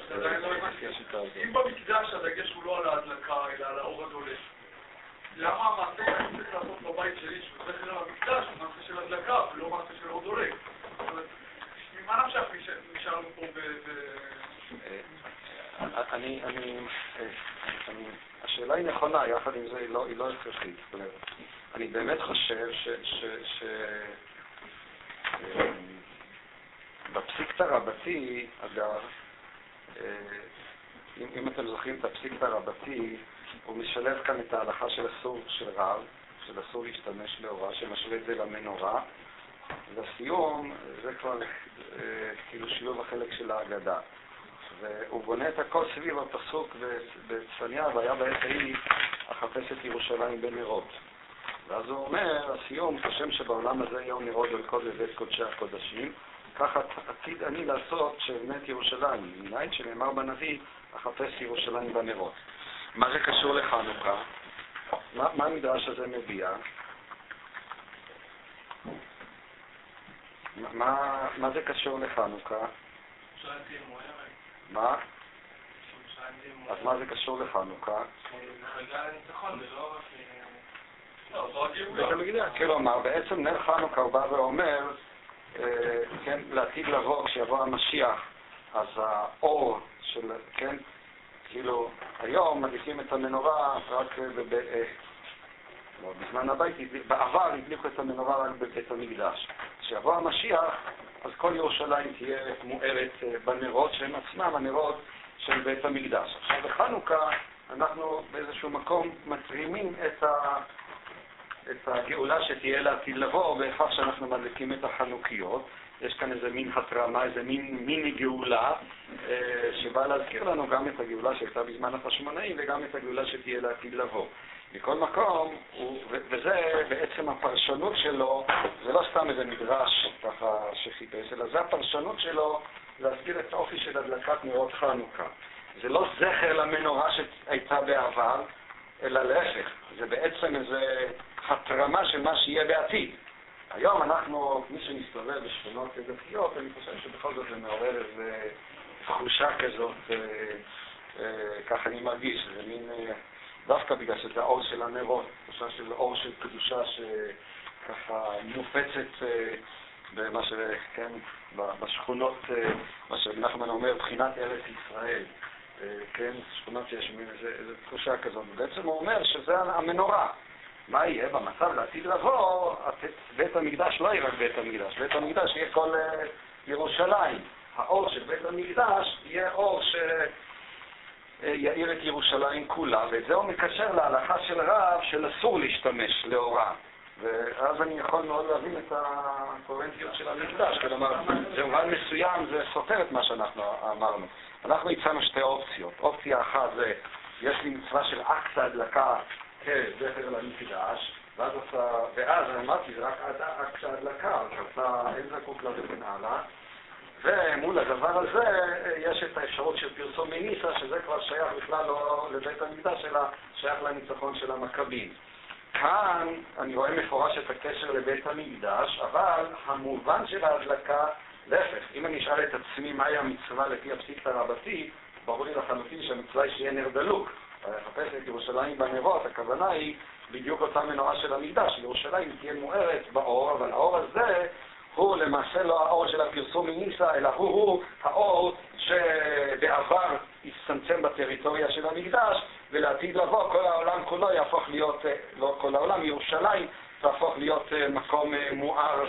Speaker 2: אם במקדש הדגש הוא לא על ההדלקה, אלא על האור הדולק, למה המעשה שאני צריך לעשות בבית שלי, שהוא זכר על המקדש, הוא מעשה של הדלקה, ולא מעשה של אור דולק? ממה נמשך נשארנו פה ב...
Speaker 1: אני, אני, אני, השאלה היא נכונה, יחד עם זה היא לא, היא לא הכרחית. אני באמת חושב ש, ש, ש, בפסיקתא רבתי, אגב, אם, אם אתם זוכרים את הפסיקתא רבתי, הוא משלב כאן את ההלכה של אסור של רב, של אסור להשתמש לאורה, שמשווה את זה למנורה. לסיום, זה כבר כאילו שילוב החלק של ההגדה. והוא בונה את הכל סביב הפסוק בצפניה, והיה בעת ההיא אחפש את ירושלים בנרות. ואז הוא אומר, הסיום, כשם שבעולם הזה יום נרות ולקוד בבית קודשי הקודשים, ככה עתיד אני לעשות שבאמת ירושלים, מנין שנאמר בנביא, אחפש ירושלים בנרות. מה זה קשור לחנוכה? מה, מה המדרש הזה מביע? מה, מה זה קשור לחנוכה? מה? אז מה זה קשור לחנוכה? כלומר, בעצם נר חנוכה הוא בא ואומר, כן, לעתיד לבוא, כשיבוא המשיח, אז האור של, כן, כאילו, היום מדליקים את המנורה רק בזמן הבית, בעבר הדליקו את המנורה רק בבית המקדש. כשיבוא המשיח, אז כל ירושלים תהיה מוארת בנרות שהם עצמם, הנרות של בית המקדש. עכשיו בחנוכה אנחנו באיזשהו מקום מתרימים את, ה... את הגאולה שתהיה לעתיד לבוא, בכך שאנחנו מדליקים את החנוכיות. יש כאן איזה מין התרמה, איזה מין מיני גאולה, שבא להזכיר לנו גם את הגאולה שהייתה בזמן החשמונאים וגם את הגאולה שתהיה לעתיד לבוא. מכל מקום, הוא, וזה בעצם הפרשנות שלו, זה לא סתם איזה מדרש ככה שחיפש, אלא זה הפרשנות שלו להזכיר את האופי של הדלקת נרות חנוכה. זה לא זכר למנורה שהייתה בעבר, אלא להפך. זה בעצם איזה התרמה של מה שיהיה בעתיד. היום אנחנו, מי שמסתובב בשכונות דתיות, אני חושב שבכל זאת זה מעורר איזו תחושה כזאת, אה, אה, ככה אני מרגיש, זה מין... אה, דווקא בגלל שזה האור של הנרות, תחושה של אור של קדושה שככה מופצת במה ש... כן, בשכונות, מה שנחמן אומר, בחינת ארץ ישראל, כן, שכונות שיש מין איזו תחושה כזאת. בעצם הוא אומר שזה המנורה. מה יהיה במצב לעתיד לבוא? בית המקדש לא יהיה רק בית המקדש, בית המקדש יהיה כל ירושלים. האור של בית המקדש יהיה אור ש... יאיר את ירושלים כולה, ואת זה הוא מקשר להלכה של רב של אסור להשתמש לאורה. ואז אני יכול מאוד להבין את הקוהרנטיות של המקדש, כלומר, במובן מסוים זה סותר את מה שאנחנו אמרנו. אנחנו הצענו שתי אופציות. אופציה אחת זה, יש לי מצווה של אקט ההדלקה כזכר למקדש, ואז, עשה, ואז אמרתי, זה רק אקט ההדלקה, אז אין זקוק לה וכן הלאה. ומול הדבר הזה יש את האפשרות של פרסום מניסה, שזה כבר שייך בכלל לא לבית המקדש, אלא שייך לניצחון של המכבים. כאן אני רואה מפורש את הקשר לבית המקדש, אבל המובן של ההדלקה, להפך, אם אני אשאל את עצמי מהי המצווה לפי הפסיקתא רבתי, ברור לי לחלוטין שהמצווה היא שיהיה נר דלוק. לחפש את ירושלים בנרות, הכוונה היא בדיוק אותה מנורה של המקדש. ירושלים תהיה מוארת באור, אבל האור הזה הוא למעשה לא האור של הפרסום מניסה, אלא הוא הוא האור שבעבר יצטמצם בטריטוריה של המקדש, ולעתיד לבוא כל העולם כולו יהפוך להיות, לא כל העולם, ירושלים תהפוך להיות מקום מואר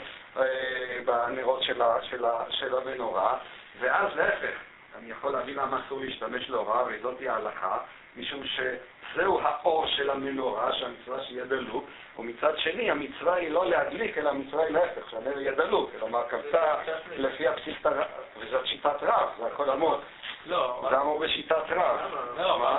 Speaker 1: בנרות של, של, של המנורה. ואז להפך, אני יכול להבין למה אסור להשתמש לאורה, וזאת היא ההלכה, משום שזהו האור של המנורה, שהמצווה שיהיה דלוק, ומצד שני המצווה היא לא להדליק, אלא המצווה היא להפך, שהנר יהיה דלוק, כלומר קבצה לפי הפסיקתא, וזאת שיטת רב, זה הכל אמור.
Speaker 3: לא.
Speaker 1: זה אמור בשיטת רב.
Speaker 3: לא, מה?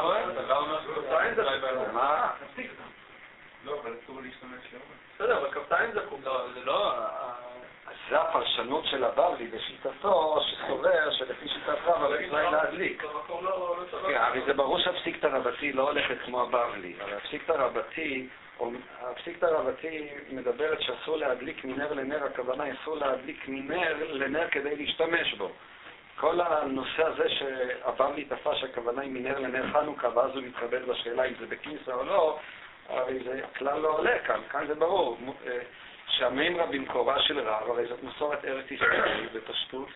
Speaker 1: מה?
Speaker 2: לא, אבל אסור להשתמש לאורה.
Speaker 3: בסדר, אבל קבצה אין זקוק.
Speaker 2: לא, זה לא...
Speaker 1: זה הפרשנות של הבבלי בשיטתו, שסובר שלפי שיטת רב המצווה היא להדליק. הרי זה ברור שהפסיקתא רבתי לא הולכת כמו הבבלי. הרי הפסיקתא רבתי, הפסיקתא רבתי מדברת שאסור להדליק מנר לנר, הכוונה אסור להדליק מנר לנר כדי להשתמש בו. כל הנושא הזה שהבבלי תפס, הכוונה היא מנר לנר חנוכה, ואז הוא מתחבר בשאלה אם זה בכניסה או לא, הרי זה כלל לא עולה כאן, כאן זה ברור. שהמימרה במקורה של רב, הרי זאת מסורת ארץ ישראל בפשטות,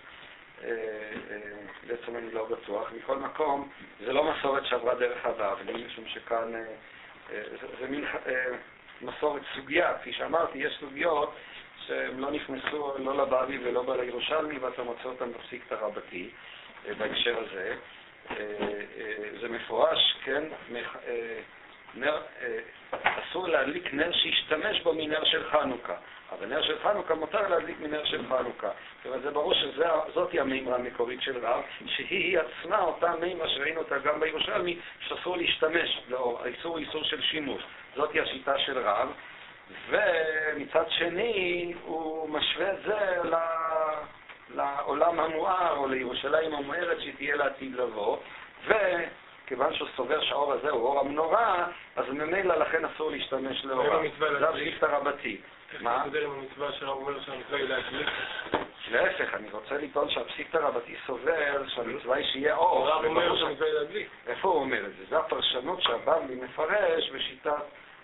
Speaker 1: בעצם אני לא בטוח. מכל מקום, זה לא מסורת שעברה דרך הבבלי, משום שכאן זה, זה מין מסורת סוגיה. כפי שאמרתי, יש סוגיות שהם לא נכנסו לא לבבלי ולא לירושלמי, ואתה מוצא אותם בפסיקתא רבתי בהקשר הזה. זה מפורש, כן, נר, אסור להדליק נר שישתמש בו מנר של חנוכה, אבל נר של חנוכה מותר להדליק מנר של חנוכה. אבל זה ברור שזאת היא המימרה המקורית של רב, שהיא עצמה אותה מימרה שראינו אותה גם בירושלמי, שאסור להשתמש, לא, האיסור הוא איסור של שימוש. זאת היא השיטה של רב, ומצד שני הוא משווה את זה ל... לעולם המואר או לירושלים המוארת שתהיה לעתיד לבוא, ו... כיוון שהוא סובר שהאור הזה הוא אור המנורה, אז ממילא לכן אסור להשתמש לאורה. זה הפסיקתא רבתי. מה?
Speaker 3: איך תדבר עם המצווה שהרב אומר שהמצווה היא להדליק?
Speaker 1: להפך, אני רוצה לטעון שהפסיקתא רבתי סובר שהמצווה היא שיהיה אור.
Speaker 3: הרב אומר שהמצווה היא להדליק.
Speaker 1: איפה הוא אומר את זה? זה הפרשנות שהבבלי מפרש בשיטת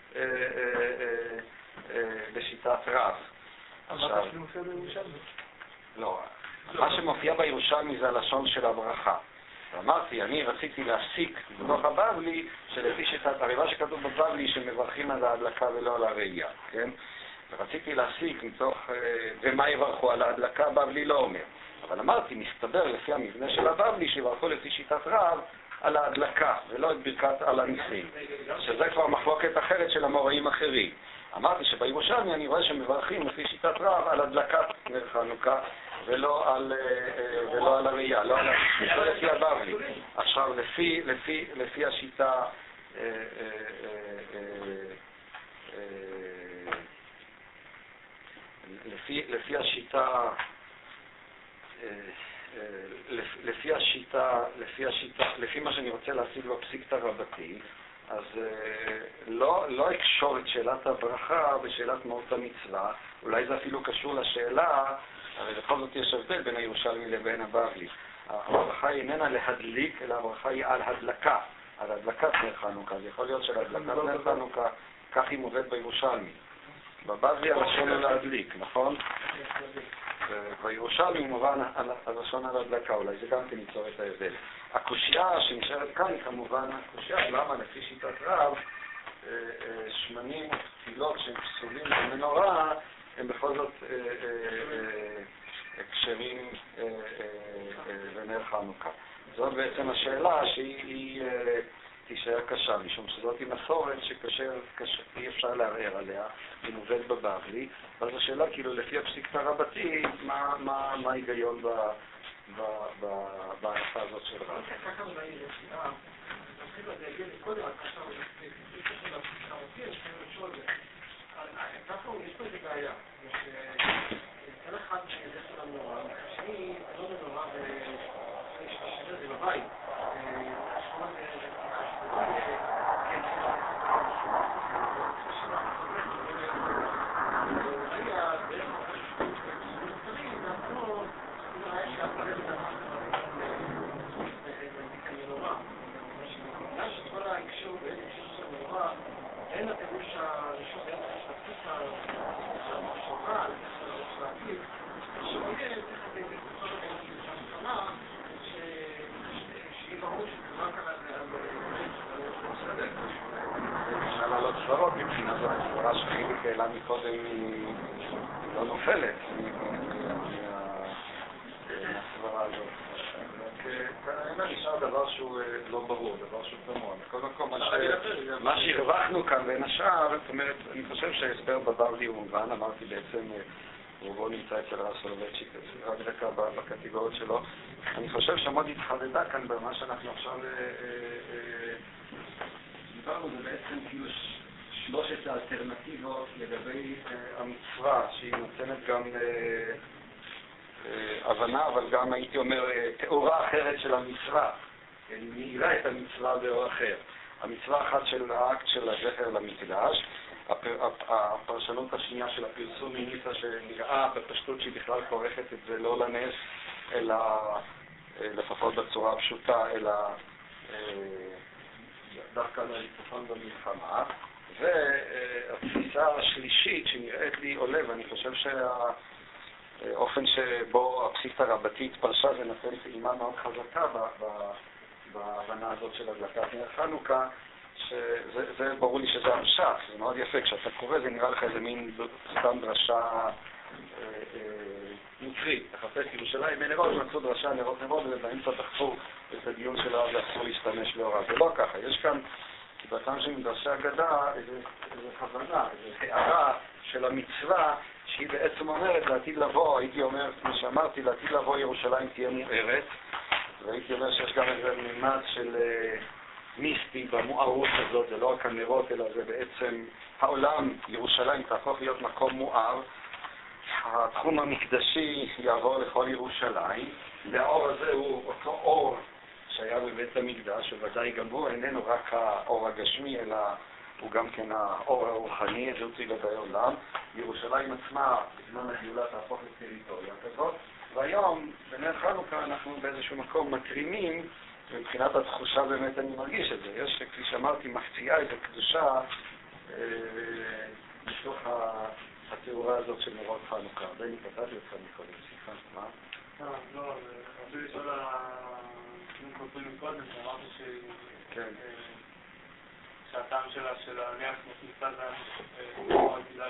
Speaker 1: בשיטת רב.
Speaker 3: עכשיו, מופיע בירושלמי?
Speaker 1: לא, מה שמופיע בירושלמי זה הלשון של הברכה. אמרתי, אני רציתי להסיק בתוך הבבלי, שלפי שיטת, הרי מה שכתוב בבבלי שמברכים על ההדלקה ולא על הראייה, כן? ורציתי להסיק מתוך, ומה יברכו על ההדלקה, הבבלי לא אומר. אבל אמרתי, מסתבר לפי המבנה של הבבלי, שיברכו לפי שיטת רב על ההדלקה, ולא את ברכת על הניסים. שזה כבר מחלוקת אחרת של המוראים אחרים. אמרתי שבירושלמי אני רואה שמברכים לפי שיטת רב על הדלקת נר חנוכה, ולא על, ולא על הראייה, לא על לפי הבבלי. עכשיו, לפי, לפי, לפי השיטה, לפי, לפי השיטה, לפי השיטה, לפי השיטה, לפי מה שאני רוצה להשיג בפסיקתא רבתי, אז לא, לא אקשור את שאלת הברכה בשאלת מהות המצווה, אולי זה אפילו קשור לשאלה, הרי בכל זאת יש הבדל בין הירושלמי לבין הבבלי. הברכה היא איננה להדליק, אלא הברכה היא על הדלקה, על הדלקת נר חנוכה. זה יכול להיות של הדלקת נר חנוכה, כך היא מובאת בירושלמי. בבבלי הלשון על להדליק, נכון? בירושלמי הוא מובן הלשון על הדלקה, אולי זה גם כן ייצור את ההבדל. הקושיה שנשארת כאן היא כמובן הקושיה, למה לפי שיטת רב, שמנים או פתילות שהם פסולים במנורה, הם בכל זאת הקשרים לנר חנוכה. זאת בעצם השאלה שהיא תישאר קשה, משום שזאת היא מסורת שאי אפשר לערער עליה, היא מובאת בבבלי, ואז השאלה כאילו לפי הפסיקתא רבתי, מה ההיגיון בהנחה הזאת של רב.
Speaker 2: ככה יש פה איזה בעיה, כל אחד זה של המנורה, שאני לא במנורה ושתשדר זה בבית, שכונה אין הפירוש הראשון, אין התפקיד המחשבה, להגיד, שמגיע צריך לתת את כל הדברים של השכונה, שהיא ברור שכבר כאן על הדרך.
Speaker 1: אפשר לעלות סברות מבחינה זאת, הסברה שחיליק העלה מקודם היא לא נופלת מהסברה הזאת. כנראה נשאר דבר שהוא לא ברור, דבר שהוא תמוה. בכל מקום, מה שהרווחנו כאן בין השאר, זאת אומרת, אני חושב שההסבר בבבלי הוא מובן, אמרתי בעצם, רובו נמצא אצל הרב סולובייצ'יק, רק דקה בקטגוריות שלו. אני חושב שמאוד התחדדה כאן במה שאנחנו עכשיו דיברנו, זה בעצם כאילו שלושת האלטרנטיבות לגבי המצווה, שהיא נותנת גם הבנה, אבל גם הייתי אומר תיאורה אחרת של המצווה, היא מאירה את המצווה באור אחר. המצווה אחת של האקט של הזכר למקדש, הפרשנות השנייה של הפרסום מניסה שנראה בפשטות שהיא בכלל כורכת את זה לא לנס, אלא לפחות בצורה הפשוטה, אלא דווקא לניצחון במלחמה. והתפיסה השלישית שנראית לי עולה, ואני חושב שהאופן שבו הפסיכתא רבתית פרשה זה נותן טעימה מאוד חזקה בהבנה הזאת של הדלקת נר חנוכה, שזה ברור לי שזה המשך, זה מאוד יפה, כשאתה קורא זה נראה לך איזה מין סתם דרשה נוצרית, תחפש ירושלים בין נרות, מצאו דרשה נרות נרות ובאמצע תחפו את הדיון שלה ואסור להשתמש לאורה. זה לא ככה, יש כאן כבתם של מדרשי אגדה איזו כוונה, איזו הערה של המצווה שהיא בעצם אומרת לעתיד לבוא, הייתי אומר, כמו שאמרתי, לעתיד לבוא ירושלים תהיה מוארת, והייתי אומר שיש גם איזה מימד של מיסטי במוארות הזאת, זה לא רק הנרות, אלא זה בעצם העולם, ירושלים תהפוך להיות מקום מואר, התחום המקדשי יעבור לכל ירושלים, והאור הזה הוא אותו אור שהיה בבית המקדש, וודאי גם הוא איננו רק האור הגשמי, אלא הוא גם כן האור הרוחני, זה הוציא לגבי עולם. ירושלים עצמה בזמן הגאולה תהפוך לטריטוריה כזאת, והיום בנר חנוכה אנחנו באיזשהו מקום מקרימים, ומבחינת התחושה באמת אני מרגיש את זה. יש, כפי שאמרתי, מחציאה איזו קדושה אה, מתוך התיאורה הזאת של נרות חנוכה. בני, קטעתי אותך מקודם, סליחה, מה?
Speaker 3: לא, לא, רציתי לשאול על הכותבים מקודם, שאמרת שהטעם שלה, של הנר כניסה זה בגלל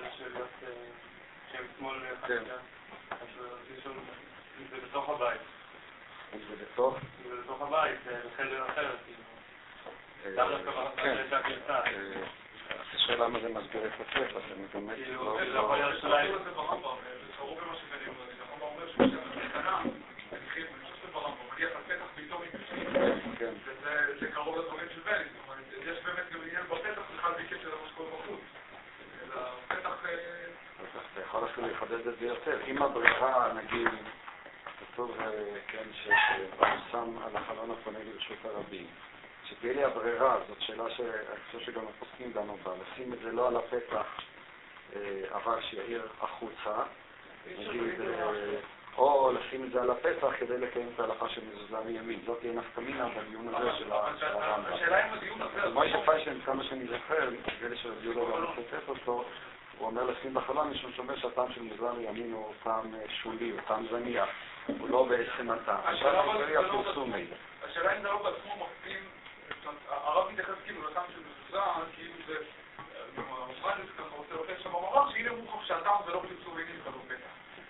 Speaker 3: שהם שמאל חקיקה. אז רציתי לשאול אם זה בתוך הבית.
Speaker 1: אם זה בתוך?
Speaker 3: אם זה בתוך הבית, בחדר אחרת. למה דווקא בחדר הכניסה?
Speaker 1: אז השאלה למה זה מסביר את הספר, אז אני באמת לא...
Speaker 3: זה יכול להיות שלהם.
Speaker 2: זה ברמב"ם, זה קרוב למה שקדימה, הרמב"ם אומר שהוא קטנה, אני חושב שזה ברמב"ם, מגיע לפתח פתאום עם זה קרוב לדברים של בני, זאת אומרת, יש באמת גם עניין בפתח, זה חל ביקש של מה שקורה בחוץ. הפתח...
Speaker 1: אתה יכול אפילו לחדד את זה יותר. אם הבריכה, נגיד, כתוב, כן, ששם על החלון הפונה לרשות הרבים, שתהיה לי הברירה, זאת שאלה שאני חושב שגם הפוסקים דנו בה, לשים את זה לא על הפתח, אבל שיעיר החוצה, נגיד, או לשים את זה על הפתח כדי לקיים את ההלכה של מזוזה מימין. זאת תהיה נפקמינה בדיון הזה של הרמב"ם.
Speaker 2: השאלה אם הדיון הזה...
Speaker 1: מוישה פיינשטיין, כמה שאני זוכר, כדי שהדיון לא מצטט אותו, הוא אומר לשים בחלון משום שאומר שהטעם של מזוזה מימין הוא טעם שולי, הוא טעם זניח, הוא לא בעצם הטעם. עכשיו זה הפרסומי.
Speaker 2: השאלה אם זה לא בעצמו מקטין, הרב מתייחס כאילו לטעם של מזוזה, כאילו זה... המושמד הזה ככה רוצה לתת שם במאמר, שהנה הוא מוכח שהטעם זה לא פרסומי כזו פתח.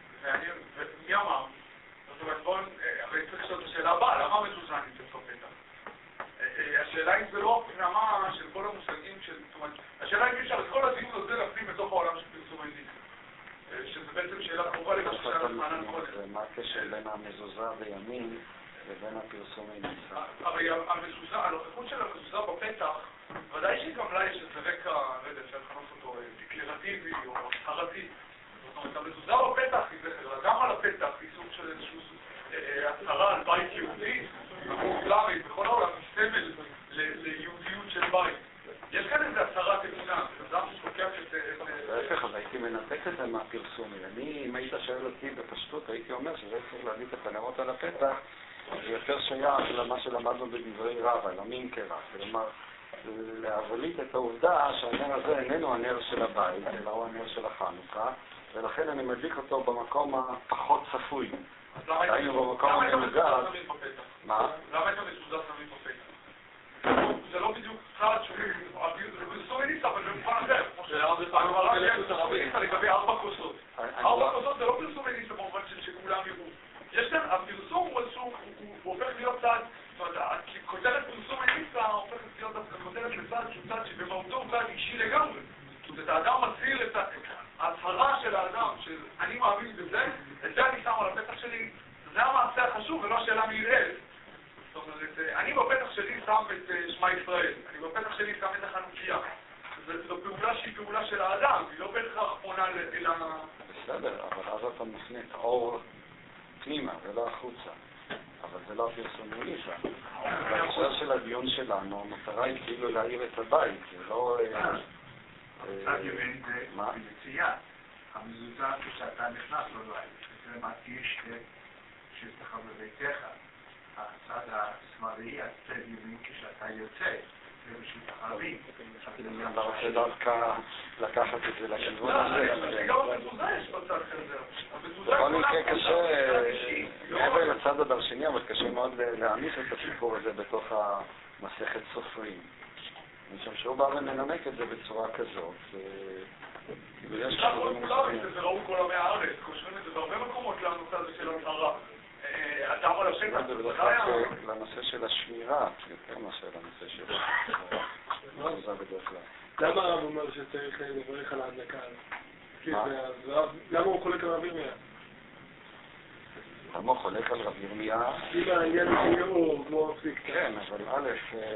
Speaker 2: ומי אמר? זאת אומרת, בואו, הרי צריך לשאול את השאלה הבאה, למה מזוזה נמצאת בפתח? השאלה אם זה לא הפנמה של כל המושגים של... זאת אומרת, השאלה אם אפשר את כל הדיון הזה להפנים בתוך העולם של פרסומי ניסה. שזה בעצם שאלה קרובה למה ששאלה חנן קודם.
Speaker 1: מה הקשר בין המזוזה בימין לבין הפרסומי ניסה?
Speaker 2: הרי המזוזה, הנוכחות של המזוזה בפתח, ודאי שגם לה יש איזה רקע, לא יודע, אפשר לכנות אותו דקלרטיבי או הצהרתי. זאת אומרת, המזוזה בפתח היא זכר, גם על הפתח היא סוג של איזשהו הצהרה על בית יהודי, המוסלמית, בכל העולם, סמל ליהודיות של בית. יש כאן איזו הצהרת אמונה, זה אדם שתוקף את...
Speaker 1: להפך, אז הייתי מנתק את זה מהפרסומי. אני, אם היית שואל אותי בפשטות, הייתי אומר שזה צריך להדליק את הנרות על הפתח, זה יותר שייך למה שלמדנו בדברי רבא, למינקרה, כלומר, להבליט את העובדה שהנר הזה איננו הנר של הבית, אלא הוא הנר של החנוכה, ולכן אני מדליק אותו במקום הפחות צפוי. היינו במקום המנוגד. מה?
Speaker 2: למה את המזוזה שמים בפתח? זה לא בדיוק צעד שהוא... זה פרסומי ניסה, אבל זה מובן אחר. לגבי ארבע כוסות. ארבע כוסות זה לא פרסומי ניסה במובן שכולם יראו. יש כאן, הפרסום הוא איזשהו, הוא הופך להיות צעד, זאת אומרת, כותרת פרסומי ניסה הופכת להיות כותרת לצעד שהוא צעד שבמהותו הוא צעד אישי לגמרי. זאת אומרת, האדם מציל את ההצהרה של האדם, של אני מאמין בזה, את זה אני שם על הפתח שלי, זה המעשה החשוב ולא השאלה מי יראה. זאת אומרת, אני בפתח שלי שם את שמע ישראל, אני בפתח שלי שם את החנוכיה. זו פעולה שהיא פעולה של האדם, היא לא בהכרח פונה אל ה...
Speaker 1: בסדר, אבל אז אתה מפנה את האור פנימה ולא החוצה. אבל זה לא הפרסום מניסה. בהקשר של הדיון שלנו, המטרה היא כאילו להעיר את הבית, זה לא...
Speaker 2: קצת יבין זה יציאה. המזוזה כשאתה נכנס לא לא זה מרגיש שיש לך בביתך. הצד השמאלי, הצד ימין כשאתה יוצא. זה בשביל החרבים.
Speaker 1: אני לא רוצה דווקא לקחת את זה לכיוון הזה.
Speaker 2: גם המזוזה יש בצד כזה.
Speaker 1: בכל מקרה קשה, מעבר לצד הדרשני, אבל קשה מאוד להעמיס את הסיפור הזה בתוך המסכת סופרים. משום שהוא בא ומנמק את זה בצורה כזאת.
Speaker 2: זה ראו כל עמי הארץ, קושרים את זה בהרבה מקומות לנושא הזה של המערה. אתה יכול לשבת?
Speaker 1: זה בדרך כלל לנושא של השמירה, יותר מאשר לנושא של המזוזה בדרך כלל.
Speaker 3: למה הרב אומר שצריך לברך על ההדלקה? למה הוא חולק על רב ירמיה?
Speaker 1: למה הוא חולק על רב ירמיה?
Speaker 3: אם העניין הוא יאור, כמו פסיק.
Speaker 1: כן, אבל א',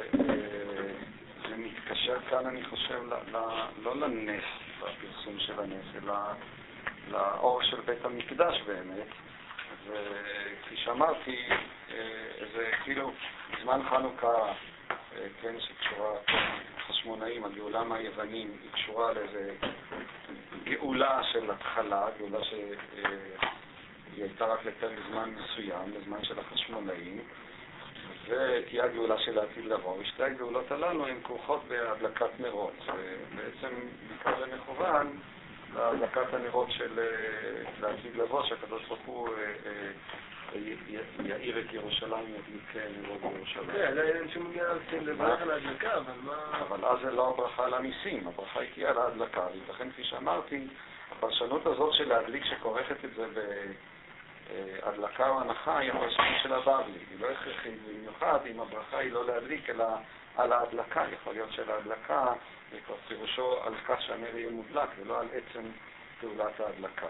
Speaker 1: זה מתקשר כאן, אני חושב, לא לנס, לפרסום של הנס, אלא לאור של בית המקדש באמת. וכפי שאמרתי, זה כאילו זמן חנוכה, כן, שקשורה חשמונאים, הגאולה מהיוונים, היא קשורה לאיזה גאולה של התחלה, גאולה שהיא הייתה רק לפרק זמן מסוים, לזמן של החשמונאים, ותהיה הגאולה של העתיד לבוא. ושתי הגאולות הללו הן כרוכות בהדלקת נרות, ובעצם בעיקר זה מכוון להדלקת הנרות של לעתיד לבוא, שהקדוש ברוך הוא יאיר את ירושלים, ידליק נרות בירושלים.
Speaker 3: כן, אין שום עניין לברך על ההדלקה, אבל מה...
Speaker 1: אבל אז זה לא הברכה על הניסים, הברכה היא תהיה על ההדלקה, ולכן כפי שאמרתי, הפרשנות הזאת של להדליק שכורכת את זה בהדלקה או הנחה היא הפרשנות של הבבלי. היא לא הכרחית במיוחד אם הברכה היא לא להדליק אלא על ההדלקה. יכול להיות של ההדלקה זה כבר פירושו על כך שהנר יהיה מודלק ולא על עצם פעולת ההדלקה.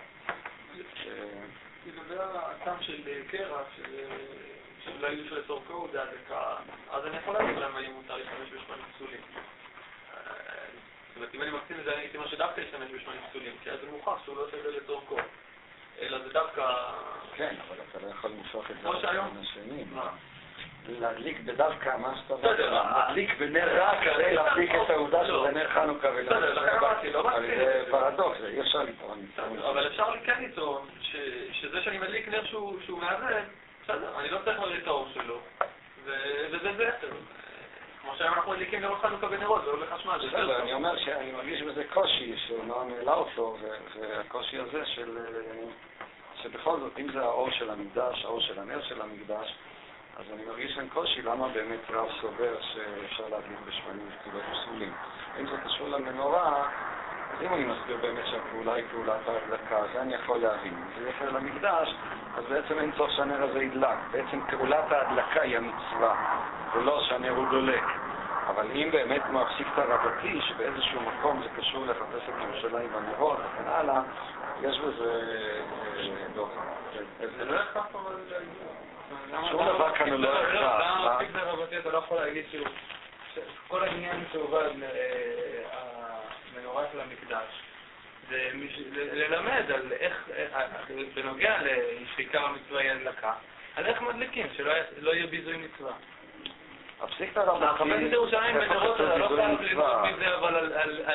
Speaker 4: לגבי הטעם של קרח, שאולי יש לצורכו זה הדלקה, אז אני יכול להגיד להם האם מותר להשתמש בשמנים פסולים. זאת אומרת, אם אני מקצין את זה, אני הייתי אומר שדווקא להשתמש בשמנים פסולים, כי אז זה מוכח שהוא לא עושה את זה לצורכו. אלא זה דווקא...
Speaker 1: כן, אבל אתה לא יכול למשוך את זה
Speaker 4: כמו
Speaker 1: לשנים. להדליק בדווקא מה שאתה אומר, להדליק בנר רע כדי להדליק את העובדה שזה נר חנוכה
Speaker 4: בסדר, לכן אמרתי, לא
Speaker 1: אבל זה פרדוקס, אי אפשר לטעון.
Speaker 4: אבל אפשר כן לטעון שזה שאני מדליק נר שהוא מהזה, בסדר, אני לא צריך להדליק את האור שלו, וזה זה. כמו שהיום אנחנו מדליקים נרות חנוכה בנרות, זה הולך חשמל.
Speaker 1: בסדר, אני אומר שאני מרגיש בזה קושי שנועם העלה אותו, והקושי הזה של... שבכל זאת, אם זה האור של המקדש, האור של הנר של המקדש, אז אני מרגיש שאין קושי למה באמת רב סובר שאפשר להדליק בשמנים ופעולות פסולים. אם זה קשור למנורה, אז אם אני מסביר באמת שהפעולה היא פעולת ההדלקה, זה אני יכול להבין. אם זה יחר למקדש, אז בעצם אין צורך שהנר הזה ידלק. בעצם פעולת ההדלקה היא המצווה, ולא שהנר הוא דולק. אבל אם באמת מפסיק את הרבתי, שבאיזשהו מקום זה קשור לחפש את ירושלים בנרות וכן הלאה, יש בזה...
Speaker 4: זה לא יחף אבל...
Speaker 1: שום דבר כאן הוא לא הכרח.
Speaker 4: למה מפסיק ברבתי אתה לא יכול להגיד שהוא... כל העניין שעובד המנורה של המקדש זה ללמד על איך, בנוגע שעיקר המצווה היא הדלקה, על איך מדליקים, שלא יהיה ביזוי מצווה.
Speaker 1: הפסיק את הרבתי...
Speaker 4: חפש את ירושלים בנרות אתה לא חייב ללמוד מזה אבל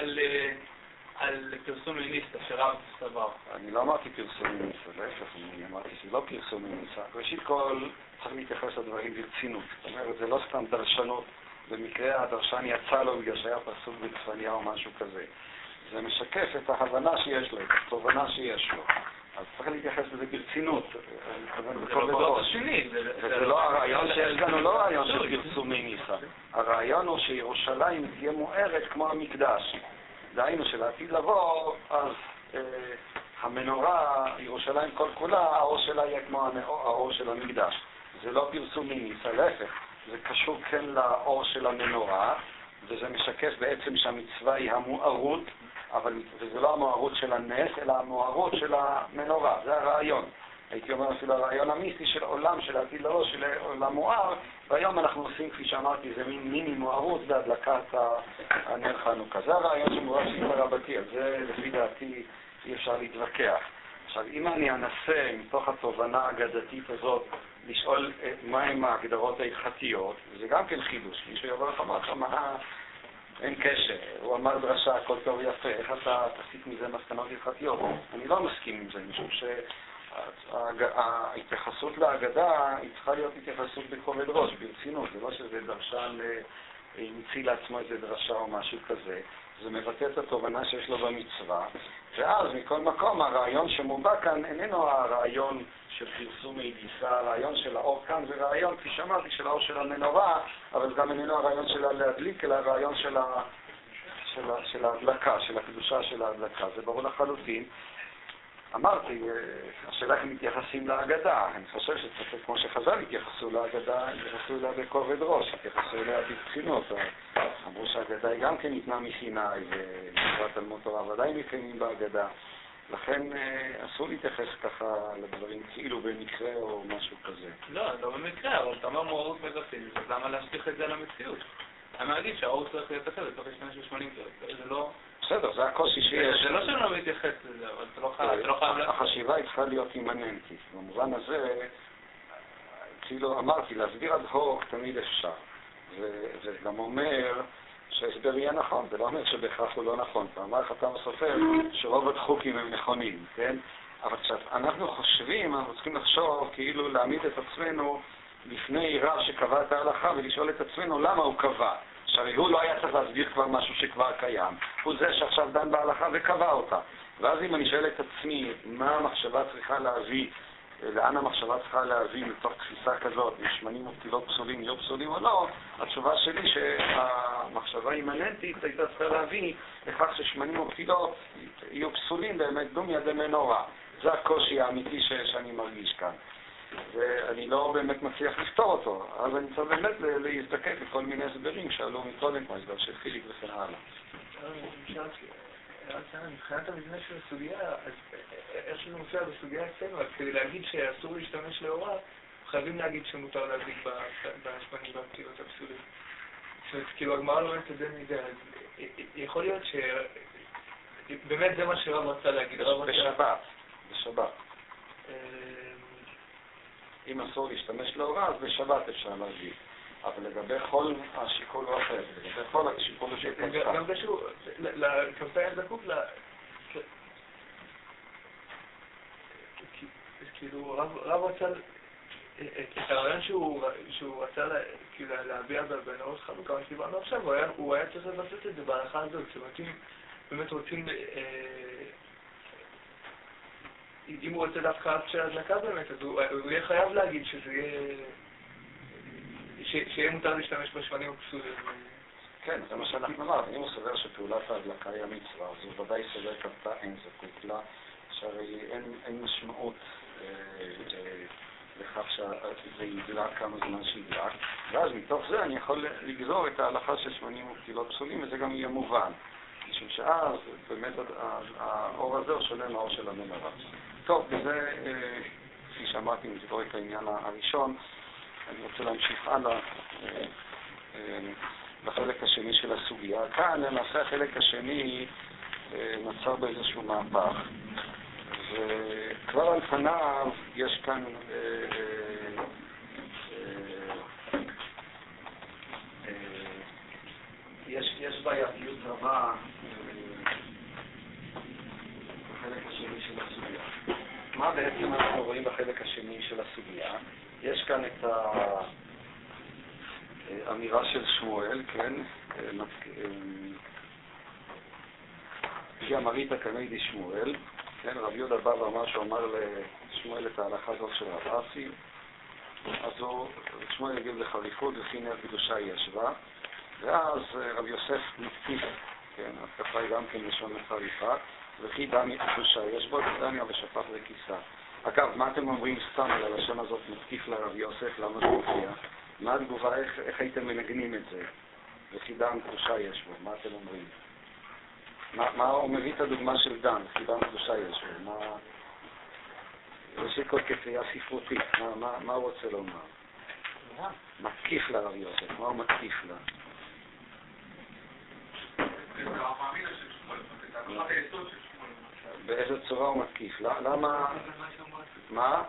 Speaker 4: על פרסום מיניסטה שרב סבר.
Speaker 1: אני לא אמרתי פרסום מיניסטה, להפך, אני אמרתי שלא פרסום מיניסטה. ראשית כל צריך להתייחס לדברים ברצינות. זאת אומרת, זה לא סתם דרשנות, במקרה הדרשן יצא לו בגלל שהיה פסוק בצפניה או משהו כזה. זה משקף את ההבנה שיש לו, את התובנה שיש לו. אז צריך להתייחס לזה ברצינות.
Speaker 4: זה לא בראש השני.
Speaker 1: וזה לא הרעיון שיש כאן, הוא לא רעיון של פרסום מיניסטה. הרעיון הוא שירושלים תהיה מוארת כמו המקדש. דהיינו שלעתיד לבוא, אז אה, המנורה, ירושלים כל כולה, האור שלה יהיה כמו האור של המקדש. זה לא פרסום מיניסטה, להפך. זה קשור כן לאור של המנורה, וזה משקף בעצם שהמצווה היא המוארות, אבל וזה לא המוארות של הנס, אלא המוארות של המנורה, זה הרעיון. הייתי אומר אפילו הרעיון המיסטי של עולם, של העתיד לבוא, של עולם מואר, והיום אנחנו עושים, כפי שאמרתי, זה מין מיני מוארות בהדלקת הנר חנוכה. זה הרעיון שמואר של הרבתי, על זה לפי דעתי אי אפשר להתווכח. עכשיו, אם אני אנסה מתוך התובנה האגדתית הזאת לשאול מהם ההגדרות ההלכתיות, זה גם כן חידוש. מישהו יבוא לך, אמר לך, מה... אין קשר, הוא אמר דרשה, הכל טוב יפה, איך אתה תסיק מזה מסקנות הלכתיות? אני לא מסכים עם זה, משום שההתייחסות להגדה היא צריכה להיות התייחסות בכובד ראש, ברצינות, זה לא שזה דרשן המציא לעצמו איזה דרשה או משהו כזה, זה מבטא את התובנה שיש לו במצווה, ואז מכל מקום הרעיון שמובא כאן איננו הרעיון של פרסום הידיסה, הרעיון של האור כאן זה רעיון, כפי שאמרתי, של האור של המנורה, אבל גם איננו הרעיון שלה להדליק, אלא הרעיון של, ה... של, ה... של ההדלקה, של הקדושה של ההדלקה, זה ברור לחלוטין. אמרתי, השאלה איך מתייחסים להגדה, אני חושב שצריך, כמו שחז"ל התייחסו להגדה, התייחסו אליה בכובד ראש, התייחסו אליה בבחינות, אמרו שההגדה היא גם כן ניתנה מסיני, ונקרא תלמוד תורה ודאי מקיימים בהגדה, לכן אסור להתייחס ככה לדברים כאילו במקרה או משהו כזה.
Speaker 4: לא, לא במקרה, אבל אתה אומר מוארות מגפים, אז למה להשליך את זה למציאות? אני מרגיש שהאור צריך להיות אחר, צריך להשתמש ב-שמונים קילו, זה לא...
Speaker 1: בסדר, זה הקושי שיש.
Speaker 4: זה לא שאני לא מתייחס לזה, אבל אתה לא חייב...
Speaker 1: החשיבה היא צריכה להיות אימננטית. במובן הזה, כאילו אמרתי, להסביר עד הוק תמיד אפשר. זה גם אומר שההסבר יהיה נכון, זה לא אומר שבהכרח הוא לא נכון. אמר חתם הסופר שרוב הדחוקים הם נכונים, כן? אבל כשאנחנו חושבים, אנחנו צריכים לחשוב כאילו להעמיד את עצמנו לפני רב שקבע את ההלכה ולשאול את עצמנו למה הוא קבע. שהרי הוא לא היה צריך להסביר כבר משהו שכבר קיים. הוא זה שעכשיו דן בהלכה וקבע אותה. ואז אם אני שואל את עצמי מה המחשבה צריכה להביא, לאן המחשבה צריכה להביא מתוך תפיסה כזאת, שמנים ופתילות פסולים יהיו פסולים או לא, התשובה שלי שהמחשבה האימננטית הייתה צריכה להביא לכך ששמנים ופתילות יהיו פסולים באמת דומיה דמנורה. זה הקושי האמיתי שאני מרגיש כאן. ואני לא באמת מצליח לפתור אותו, אז אני צריך באמת להזדקק לכל מיני הסברים שעלו מקודם, כמו הסבר של חיליק וכן הלאה.
Speaker 2: מבחינת המבנה של הסוגיה, אז איך שזה מופיע בסוגיה אצלנו, אז כדי להגיד שאסור להשתמש לאורה, חייבים להגיד שמותר להדליק בשמנים והפתילות הפסולים. זאת אומרת, כאילו הגמרא לא אומרת את זה מידי, אז יכול להיות ש... באמת זה מה שרב רצה להגיד.
Speaker 1: בשבת, בשבת. אם אסור להשתמש לאורה, אז בשבת אפשר להגיד. אבל לגבי כל השיקול הוא אחר, לגבי כל השיקול הוא של כנפה.
Speaker 2: גם קשור, לכנפה היה זקוק ל... כאילו, רב רצה... את הרעיון שהוא רצה להביע בנרות חנוכה, מה שדיברנו עכשיו, הוא היה צריך לבסס את זה בהלכה הזאת. זאת אומרת, אם באמת רוצים... אם הוא רוצה דווקא אקט של הדלקה באמת, אז הוא יהיה חייב להגיד שזה יהיה... שיהיה מותר להשתמש בשמנים הפסולים.
Speaker 1: כן, זה מה שאנחנו אמרנו. אם הוא סובר שפעולת ההדלקה היא המצווה, אז הוא ודאי סובר כמתה אין זקוק לה, שהרי אין משמעות לכך שזה ידלק כמה זמן שידלק, ואז מתוך זה אני יכול לגזור את ההלכה של שמנים ופתילות פסולים, וזה גם יהיה מובן. משום שאז באמת האור הזה הוא שונה מהאור של המנורה. טוב, וזה, כפי שאמרתי, נזכור את העניין הראשון. אני רוצה להמשיך הלאה בחלק השני של הסוגיה. כאן, למעשה, החלק השני נוצר באיזשהו מהפך. וכבר על פניו יש כאן יש, יש בעייתיות רבה בחלק השני של הסוגיה. מה בעצם אנחנו רואים בחלק השני של הסוגיה? יש כאן את האמירה של שמואל, כן? אמרית כנגד שמואל, כן? רב יהודה בא ואמר שהוא אמר לשמואל את ההלכה הזאת של רב אסי, אז הוא, שמואל הגיב לחריפות וכי נר קדושה ישבה, ואז רב יוסף מתקיף, כן, התקפה היא גם כן לשון מחריפה, וכי דם קדושה יש בו, דניה ושפט וכיסה. אגב, מה אתם אומרים סתם על הלשון הזאת מתקיף לרב יוסף, למה זה מופיע? מה התגובה, איך, איך הייתם מנגנים את זה? וכי דם קדושה יש בו, מה אתם אומרים? מה, מה הוא מביא את הדוגמה של דם, וכי דם קדושה יש בו? מה... ראשית כל כפייה ספרותית, מה, מה, מה הוא רוצה לומר? מתקיף לה רבי יוסף, מה הוא מתקיף לה? באיזה צורה הוא מתקיף? למה? מה?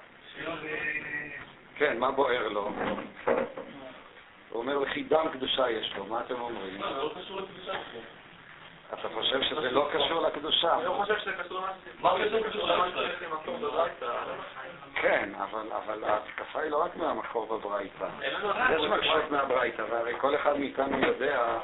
Speaker 1: כן, מה בוער לו? הוא אומר, וכי דם קדושה יש לו, מה אתם אומרים?
Speaker 4: לא, זה לא קשור לקדושה.
Speaker 1: אתה חושב שזה לא קשור לקדושה?
Speaker 4: אני לא חושב שזה קשור למה שזה... מה קשור לקדושה? מה צריך למקור בברייתא? כן,
Speaker 1: אבל ההתקפה היא לא רק מהמקור בברייתא. יש מקשות מהברייתא, והרי כל אחד מאיתנו יודע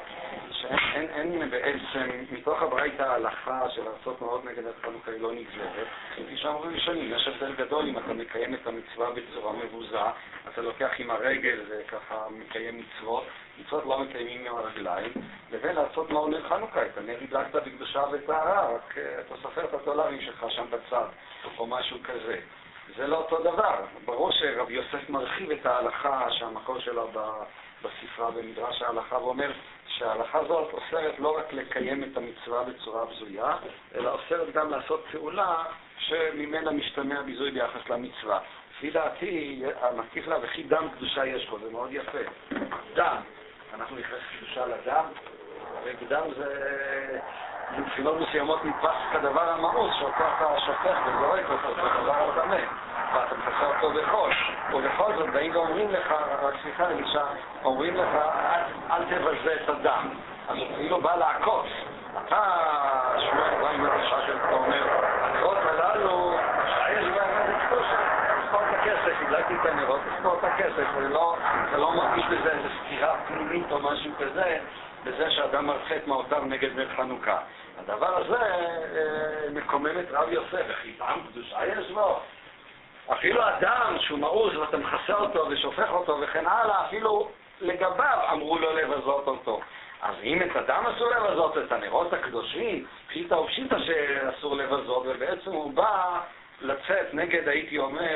Speaker 1: שאין בעצם, מתוך הברייתא ההלכה של לעשות מאוד נגד החנוכה היא לא נגזרת. כפי שאמרו ראשונים, יש הבדל גדול אם אתה מקיים את המצווה בצורה מבוזה, אתה לוקח עם הרגל וככה מקיים מצוות, מצוות לא מקיימים עם הרגליים, לבין לעשות מהו נר חנוכה, את הנר הדלקת בקדושה וטהרה, רק אתה סופר את הדולרים שלך שם בצד, או משהו כזה. זה לא אותו דבר. ברור שרבי יוסף מרחיב את ההלכה שהמקור שלה בספרה במדרש ההלכה, ואומר שההלכה הזאת אוסרת לא רק לקיים את המצווה בצורה בזויה, אלא אוסרת גם לעשות פעולה שממנה משתמע ביזוי ביחס למצווה. לפי דעתי, המתקיף לה וכי דם קדושה יש פה, זה מאוד יפה. דם. אנחנו נכנס קדושה לדם, ודם זה מבחינות מסוימות נתפס כדבר המעוז, שאותו אתה שופך וזורק אותו, זה דבר הדמה, ואתה מכסה אותו בחול. ובכל זאת, באים ואומרים לך, רק סליחה אלישע, אומרים לך, אל תבזה את הדם. אז הוא כאילו בא לעקוץ. אתה, שמואל, בא עם הרשע שלך, אומר, הנרות הללו, יש בהם את קדושה. תספור את הכסף, הדלקתי את הנרות, תספור את הכסף, זה לא מרגיש בזה איזו סתירה פנימית או משהו כזה, בזה שאדם מרצה את מעותיו נגד נר חנוכה. הדבר הזה מקומם את רב יוסף, וכי דם קדושה יש לו. אפילו אדם שהוא מעוז ואתה מכסה אותו ושופך אותו וכן הלאה, אפילו לגביו אמרו לו לבזות אותו. אז אם את הדם אסור לבזות, את הנרות הקדושים, פשיטה ופשיטה שאסור לבזות, ובעצם הוא בא לצאת נגד, הייתי אומר,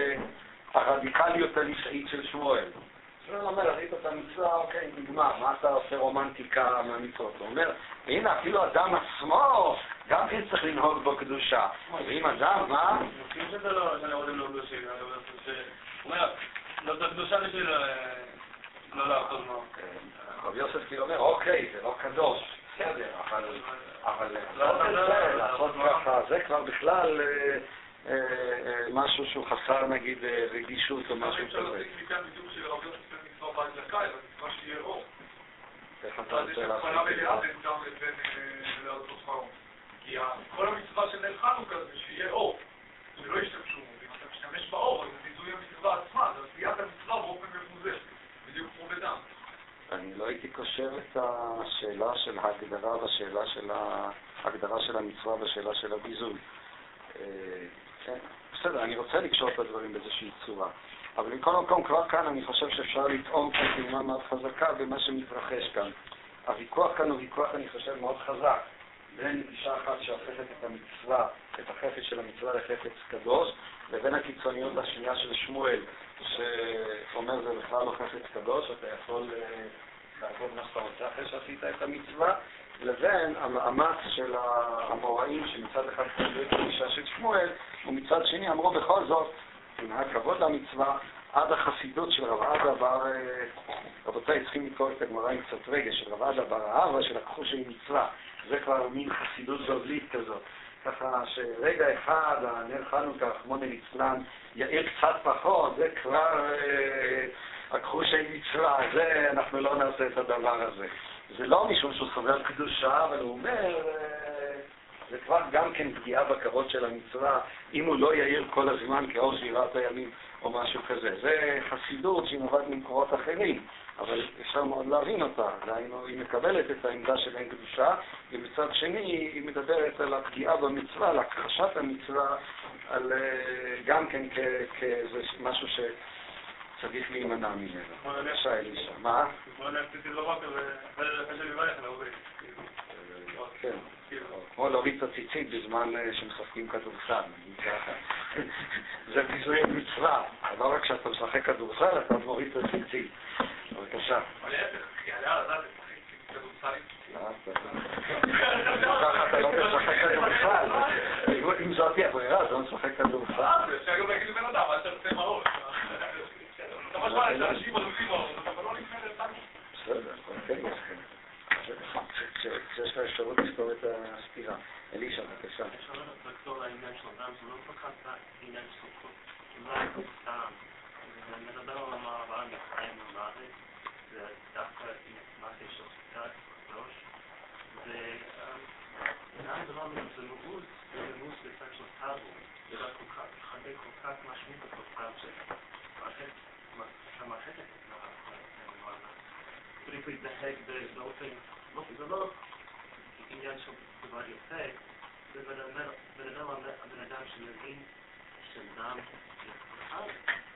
Speaker 1: הרדיקליות הנישאית של שמואל. שמואל אומר, ראית את המצווה, אוקיי, נגמר, מה אתה עושה רומנטיקה מהמצוות? הוא אומר, והנה אפילו אדם עצמו, גם כן צריך לנהוג בו קדושה. ואם אדם, מה?
Speaker 4: זה לא, שאני רואה לא קדושים, הוא אומר, לא את הקדושה בשביל לא לעשות מה.
Speaker 1: רב יוסף כאילו אומר, אוקיי, זה לא קדוש, בסדר, אבל לעשות ככה, זה כבר בכלל משהו שהוא חסר, נגיד, רגישות או משהו כזה.
Speaker 4: אפשר להציג מכאן בדיוק של רב יוסף מצווה בהדלקה, אבל מצווה שיהיה אור.
Speaker 1: איך אתה רוצה לעשות את זה?
Speaker 4: גם לבין לארצות חרום. כי כל המצווה של נר חנוכה זה שיהיה אור, שלא ישתמשו. אם אתה משתמש באור, אז זה ביזוי המצווה עצמה, זה עשיית המצווה באופן מבוזר, בדיוק כמו בדם.
Speaker 1: אני לא הייתי קושר את השאלה של ההגדרה והשאלה של ההגדרה של המצווה והשאלה של הביזוי. כן, בסדר, אני רוצה לקשור את הדברים באיזושהי צורה. אבל מכל מקום, כבר כאן אני חושב שאפשר לטעום כאן תאימה מאוד חזקה במה שמתרחש כאן. הוויכוח כאן הוא ויכוח, אני חושב, מאוד חזק. בין אישה אחת שהופכת את המצווה, את החפץ של המצווה לחפץ קדוש, לבין הקיצוניות השנייה של שמואל, שאומר זה בכלל לא חפץ קדוש, אתה יכול לעבוד מה שאתה רוצה אחרי שעשית את המצווה, לבין המאמץ של האמוראים שמצד אחד קוראים את האישה של שמואל, ומצד שני אמרו בכל זאת, עם הכבוד למצווה, עד החסידות של רב עדה בר, רבותיי צריכים לקרוא את הגמרא עם קצת רגש, של רב עדה בר אהבה שלקחו שהיא מצווה, זה כבר מין חסידות בבלית כזאת. ככה שרגע אחד, הנר חנוכה, רחמנא ליצלן, יאיר קצת פחות, זה כבר לקחו שהיא מצווה, זה אנחנו לא נעשה את הדבר הזה. זה לא משום שהוא סובר קדושה, אבל הוא אומר, זה כבר גם כן פגיעה בכבוד של המצווה, אם הוא לא יאיר כל הזמן כאור שירת הימים או משהו כזה. זה חסידות שהיא נובעת ממקורות אחרים, אבל אפשר מאוד להבין אותה. דהיינו, היא מקבלת את העמדה של אין קדושה, ובצד שני היא מדברת על הפגיעה במצווה, על הכחשת המצווה, על גם כן כאיזה משהו שצריך להימנע ממנו. בבקשה אלישע. מה?
Speaker 4: בוא נפתיתי לו בוקר ואחרי שבברך להוריד.
Speaker 1: כן. כמו להוריד את הציצית בזמן שמשחקים כדורסל. זה ביזוי מצווה. לא רק כשאתה משחק כדורסל, אתה מוריד את הציצית. בבקשה.
Speaker 4: אבל להפך, כי עליה עזרת לשחק כדורסל.
Speaker 1: ככה אתה לא משחק כדורסל. אם זאת תהיה ברירה, אז לא משחק כדורסל. בסדר, כן, כשיש לך אפשרות לזכור את הסתירה. אלישע, בבקשה.
Speaker 5: אפשר לחזור לעניין של אדם, זה לא פחות העניין של סתם. זה מדבר על המעבר מחיים למוות, זה דווקא מעשה של סתירת ראש. ועניין דבר זה מאוס, זה מאוס בצד של טאבו. זה רק חדי כל כך משמעית בתופעה שהמערכת צריך להתנהג באופן, זה לא עניין של דבר יפה, זה בן אדם שמבין שדם יחד.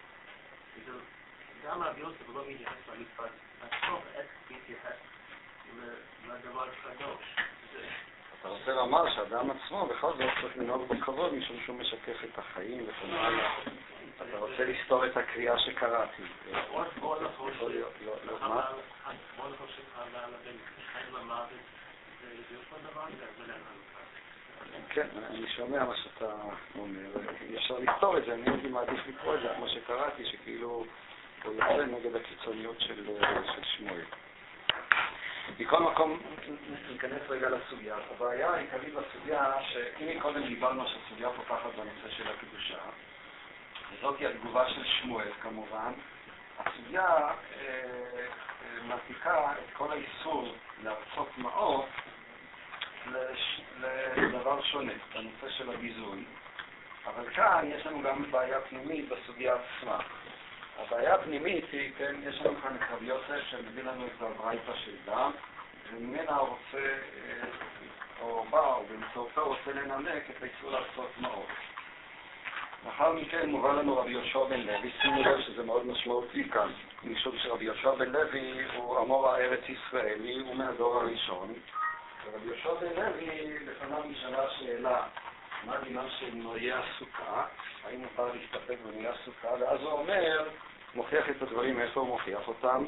Speaker 5: גם הביוס זה לא מתייחס למצוות עצמו, איך מתייחס לדבר קדוש.
Speaker 1: אתה רוצה לומר שהאדם עצמו בכל זאת צריך לנהוג בכבוד משום שהוא משקף את החיים וכן הלאה. אתה רוצה לסתור את הקריאה שקראתי.
Speaker 5: בוא נחוש
Speaker 1: מה?
Speaker 5: בוא נחוש שחלה בין חיים למוות, זה יש פה דבר זה להנהלוקה.
Speaker 1: כן, אני שומע מה שאתה אומר. אפשר לסתור את זה, אני הייתי מעדיף לקרוא את זה כמו שקראתי, שכאילו הוא יוצא נגד הקיצוניות של שמואל. מכל מקום, ניכנס רגע לסוגיה. הבעיה העיקרית בסוגיה, שאם קודם דיברנו שהסוגיה פותחת בנושא של הקדושה, וזאת היא התגובה של שמואל כמובן, הסוגיה אה, אה, מעתיקה את כל האיסור להרצות מעות לש... לדבר שונה, בנושא של הביזוי. אבל כאן יש לנו גם בעיה פנימית בסוגיה עצמה. הבעיה הפנימית היא, כן, יש לנו כאן את רבי יוסף שמביא לנו את הברייתא של דם, וממנה הוא רוצה, או בא, או באמצעותו רוצה לנמק את האיסור לעשות מעות. לאחר מכן מובא לנו רבי יהושע בן לוי, שימו לב שזה מאוד משמעותי כאן, משום שרבי יהושע בן לוי הוא אמור הארץ ישראלי, הוא מהדור הראשון, ורבי יהושע בן לוי לפניו נשאלה שאלה, מה דינם של נויי הסוכה, האם מותר להסתפק בנויי הסוכה, ואז הוא אומר, מוכיח את הדברים, איפה הוא מוכיח אותם?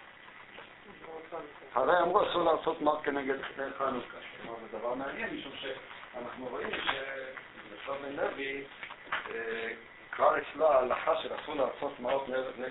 Speaker 1: הרי אמרו אסור לעשות מעות כנגד נר חנוכה, כלומר זה דבר מעניין, משום שאנחנו רואים שרבי יהושע בן לוי כבר אצלו ההלכה של אסור לעשות מעות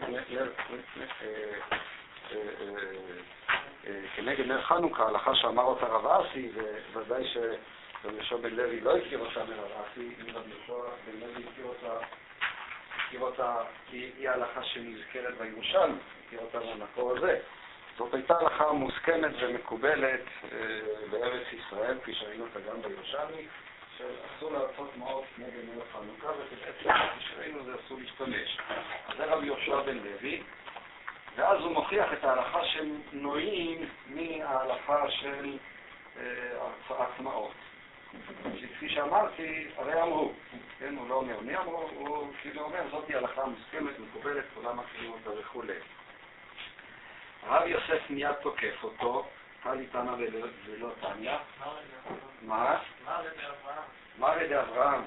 Speaker 1: כנגד נר חנוכה, ההלכה שאמר אותה רב אסי, וודאי שרבי יהושע בן לוי לא הכיר אותה מרב אסי, אם רבי יהושע בן לוי הכיר אותה, הכיר אותה, היא ההלכה שנזכרת בירושלמי, הכיר אותה במקור הזה. זאת הייתה הלכה מוסכמת ומקובלת בארץ ישראל, כפי שראינו אותה גם בירושלמי, שאסור לעשות מעות נגד נר חנוכה, ובעצם שראינו זה אסור להשתמש. אז זה רבי יהושע בן לוי, ואז הוא מוכיח את ההלכה של נועים מההלכה של הרצאת מעות. שכפי שאמרתי, הרי אמרו, כן, הוא לא אומר מי אמרו, הוא כאילו אומר, זאת היא הלכה מוסכמת, מקובלת, כולם מכירים אותה וכו'. הרב יוסף מיד תוקף אותו, קל איתנה ולא תניא. מה? מה על ידי אברהם?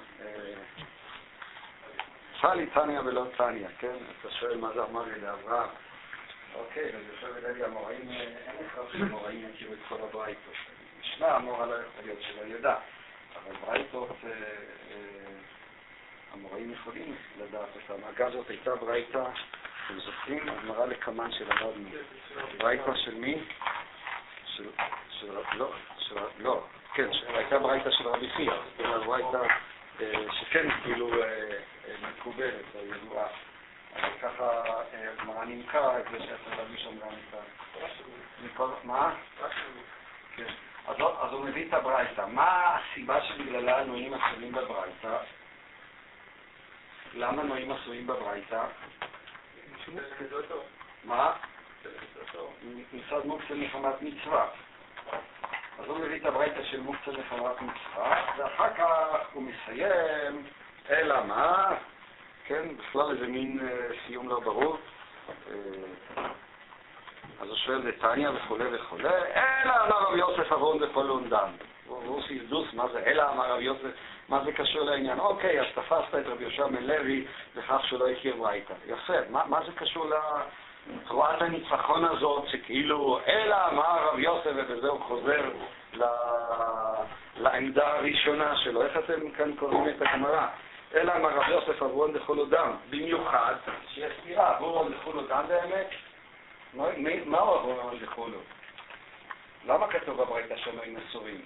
Speaker 1: קל איתניה ולא תניא, כן? אתה שואל מה זה אמר על ידי אברהם. אוקיי, ואני חושב אלי המוראים, אין לך שהמוראים יכירו את כל הברייתות. ישנה המורה לא יכול להיות שלא ידע, אבל ברייתות, המוראים יכולים לדעת אותם. אגב, זאת הייתה ברייתא, אתם זוכרים, הגמרא לקמן של הרבנו. ברייתא של מי? של, של, לא, של, לא, כן, הייתה ברייתא של רבי חייא, זאת אומרת, ברייתא שכן כאילו מקובלת, או ידועה. אבל ככה הגמרא נמכה את זה שאתה להביא שם גם את ה... מה? כן. אז הוא מביא את הברייתא. מה הסיבה שבגללה הנועים אסורים בברייתא? למה נועים אסורים בברייתא? מה? מצד מוקצה מחמת מצווה. אז הוא מביא את הברייתא של מוקצה מחמת מצווה, ואחר כך הוא מסיים, אלא מה? כן, בכלל איזה מין סיום לא ברור. אז הוא שואל לתניא וכו' וכו', אלא אמר רב יוסף אברון וכל לונדן. והוא סידוס, מה זה אלא אמר רב יוסף, מה זה קשור לעניין? אוקיי, אז תפסת את רבי יהושע בן לוי בכך שהוא לא הכיר ברייתא. יפה, מה, מה זה קשור לתרועת הניצחון הזאת, שכאילו אלא אמר רב יוסף ובזה הוא חוזר ל... לעמדה הראשונה שלו? איך אתם כאן קוראים את הגמרא? אלא אמר רבי יוסף עוון דכולו דם, במיוחד שיש סתירה, עוון דכולו דם באמת, מהו עוון דכולו? למה כתוב בברייתא שנועים אסורים?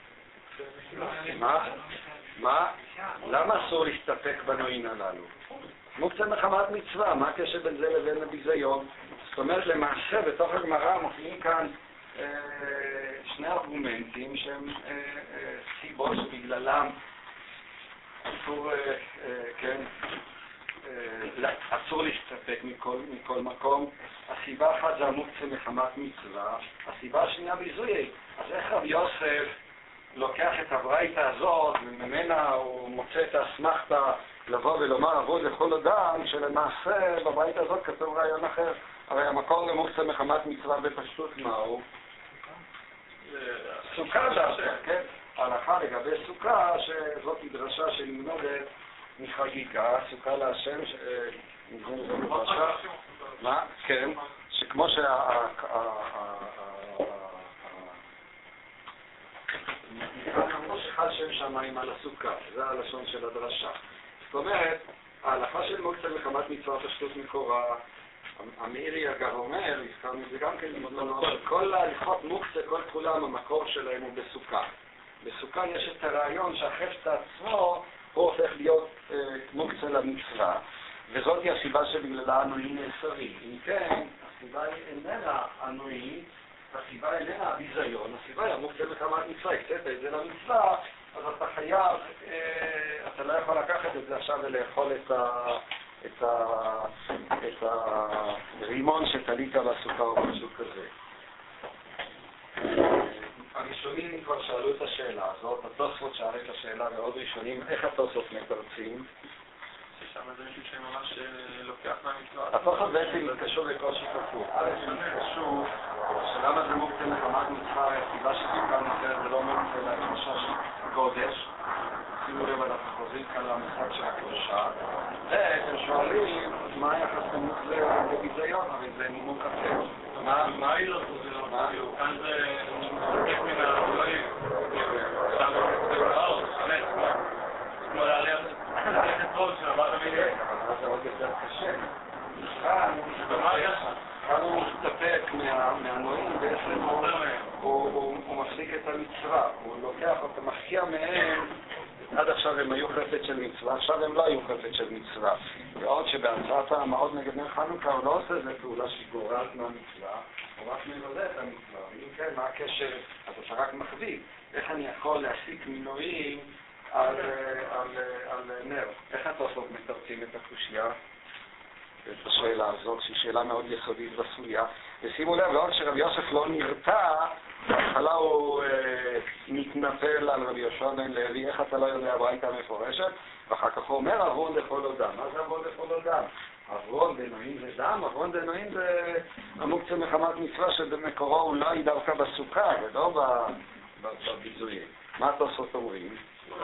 Speaker 1: מה? מה? למה אסור להסתפק בנועים הללו? מוקצה מחמת מצווה, מה הקשר בין זה לבין הביזיון? זאת אומרת, למעשה, בתוך הגמרא מופיעים כאן אה, שני ארגומנטים שהם אה, אה, סיבות שבגללם אסור, אה, אה, כן, אה, אסור להסתפק מכל, מכל מקום. הסיבה אחת זה המוקצה מחמת מצווה, הסיבה השנייה ביזוי. אז איך רבי יוסף לוקח את הברייתא הזאת, וממנה הוא מוצא את האסמכתא לבוא ולומר עבוד לכל אדם, שלמעשה בברייתא הזאת כתוב רעיון אחר. הרי המקור למוקצה מחמת מצווה בפשטות מהו? סוכה דווקא, כן? ההלכה לגבי סוכה, שזאת מדרשה שנלמדת מחגיגה, סוכה להשם, נדמה לזה מדרשה, מה? כן, שכמו שה... כמו שחל שם שמיים על הסוכה, זה הלשון של הדרשה. זאת אומרת, ההלכה של מוקצה מחמת מצווה פשטות מקורה, המאירי הגר אומר, הזכרנו את זה גם כן, כל ההליכות מוקצה, כל כולם, המקור שלהם הוא בסוכה. בסוכה יש את הרעיון שהחפץ עצמו הוא הופך להיות אה, מוקצה למצווה, וזאת היא הסיבה שבגללה הנועים נאסרים. אם כן, הסיבה איננה הנועים, הסיבה איננה הביזיון, הסיבה היא המוקצה מחמת מצווה, הקצת את זה למצווה, אז אתה חייב, אה, אתה לא יכול לקחת את זה עכשיו ולאכול את ה... את ה... את הרימון שתלית בסוכה או משהו כזה. הראשונים כבר שאלו את השאלה הזאת, התוספות שאל את השאלה ועוד ראשונים, איך התוספות מתרצים?
Speaker 4: ששם זה מישהו שממש לוקח מהמצווה.
Speaker 1: התוספות בעצם מתקשור לקושי כפול. א' מתקשור שלמה זה מוקצה מחמת מצווה, הסיבה שסוכה נמצאת זה לא מוקצה להקדשה של קודש. שימו לב, אנחנו חוזרים כאן למשחק של הקדושה. ואתם שואלים, מה היחס למוקצה לביזיון? הרי זה נימוק אחר.
Speaker 4: מה היא לא תוזילות? כאן זה מתחלק מן האלוהים. שם זה באור, חמש, כמו להעליח את רוב של הבת המילים.
Speaker 1: אבל זה עוד יותר קשה. כאן הוא מסתפק מהנועים, בעצם הוא מפסיק את המצווה. הוא לוקח אותה, מחיה מהם. עד עכשיו הם היו חפץ של מצווה, עכשיו הם לא היו חפץ של מצווה. ועוד שבהצעת המעות נגד נר חנוכה הוא לא עושה איזה פעולה שגורעת מהמצווה, הוא רק מבזה את המצווה. ואם כן, מה הקשר? אז אתה רק מחזיק. איך אני יכול להסיק מינויים על, על, על נר? איך התוספות מתרצים את הקושיה? את השאלה הזאת, שהיא שאלה מאוד יסודית בסוגיה. ושימו לב, ועוד שרבי יוסף לא נרתע, בהתחלה הוא אה, מתנפל על רבי יהושע בן לוי, איך אתה לא יודע הברייתא מפורשת, ואחר כך הוא אומר עוון דכולו דם. מה זה עוון דכולו דם? עוון דנועים זה דם, עוון דנועים זה המוקצה מחמת מצווה שבמקורו אולי דווקא בסוכה, ולא בביזויים. מה התוספות אומרים?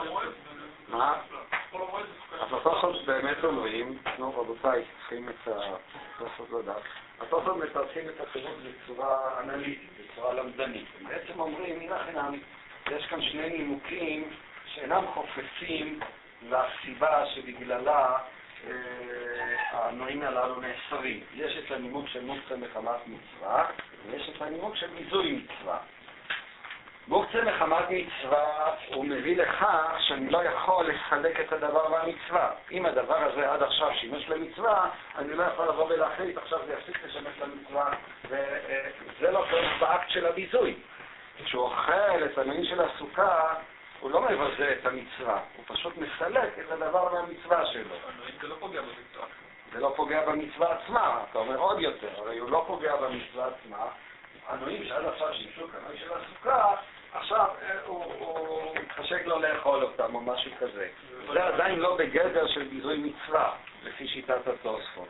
Speaker 1: מה? אז התוספות באמת אומרים, נו רבותיי, צריכים את התוספות לדעת, התוספות מתרצים את הפירוט בצורה אנליטית, בצורה למדנית. הם בעצם אומרים, הנה חינם, יש כאן שני נימוקים שאינם חופפים לסיבה שבגללה אה, הנועים הללו נאסרים. יש את הנימוק של מוקצה מחמת מצווה, ויש את הנימוק של ביזוי מצווה. מוקצה מחמת מצווה הוא מביא לכך שאני לא יכול לחלק את הדבר מהמצווה. אם הדבר הזה עד עכשיו שימש למצווה, אני לא יכול לבוא ולהחליט, עכשיו זה יפסיק לשמש למצווה, וזה לא קורה באקט של הביזוי. כשהוא אוכל את הנועים של הסוכה, הוא לא מבזה את המצווה, הוא פשוט מסלק את הדבר מהמצווה שלו.
Speaker 4: זה לא פוגע במצווה.
Speaker 1: זה לא פוגע במצווה עצמה, אתה אומר עוד יותר, הרי הוא לא פוגע במצווה עצמה. הנועים שעד עכשיו שימשו כנועים של הסוכה, עכשיו הוא מתחשק לו לאכול אותם או משהו כזה. זה עדיין לא בגדר של ביזוי מצווה, לפי שיטת התוספות.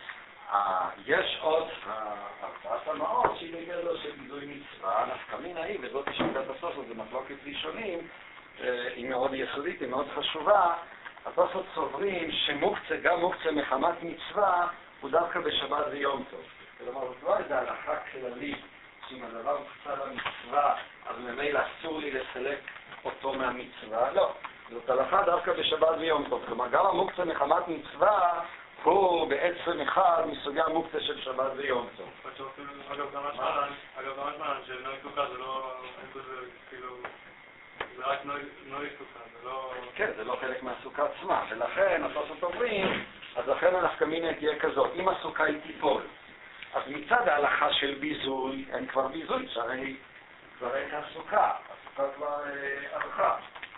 Speaker 1: יש עוד הרצאת המעות שהיא בגדר של ביזוי מצווה, נפקא מינה היא, וזאת שיטת התוספות, זה מחלוקת ראשונים, היא מאוד יסודית, היא מאוד חשובה. התוספות סוברים שמוקצה, גם מוקצה מחמת מצווה, הוא דווקא בשבת ויום טוב. כלומר, זאת לא איזו הלכה כללית, שאם הדבר מוקצה למצווה, אז ממילא אסור לי לסלק אותו מהמצווה, לא. זאת הלכה דווקא בשבת ויום טוב. כלומר, גם המוקצה מחמת מצווה הוא בעצם אחד מסוגי המוקצה של שבת ויום טוב.
Speaker 4: אגב, גם השמען של נוי סוכה זה לא, אין כזה, כאילו, זה רק נוי סוכה, זה לא...
Speaker 1: כן, זה לא חלק מהסוכה עצמה, ולכן, התוספות אומרים, אז לכן הנפקמינה תהיה כזאת, אם הסוכה היא תיפול, אז מצד ההלכה של ביזוי, אין כבר ביזוי, שהרי כבר אין הסוכה, הסוכה כבר הלכה.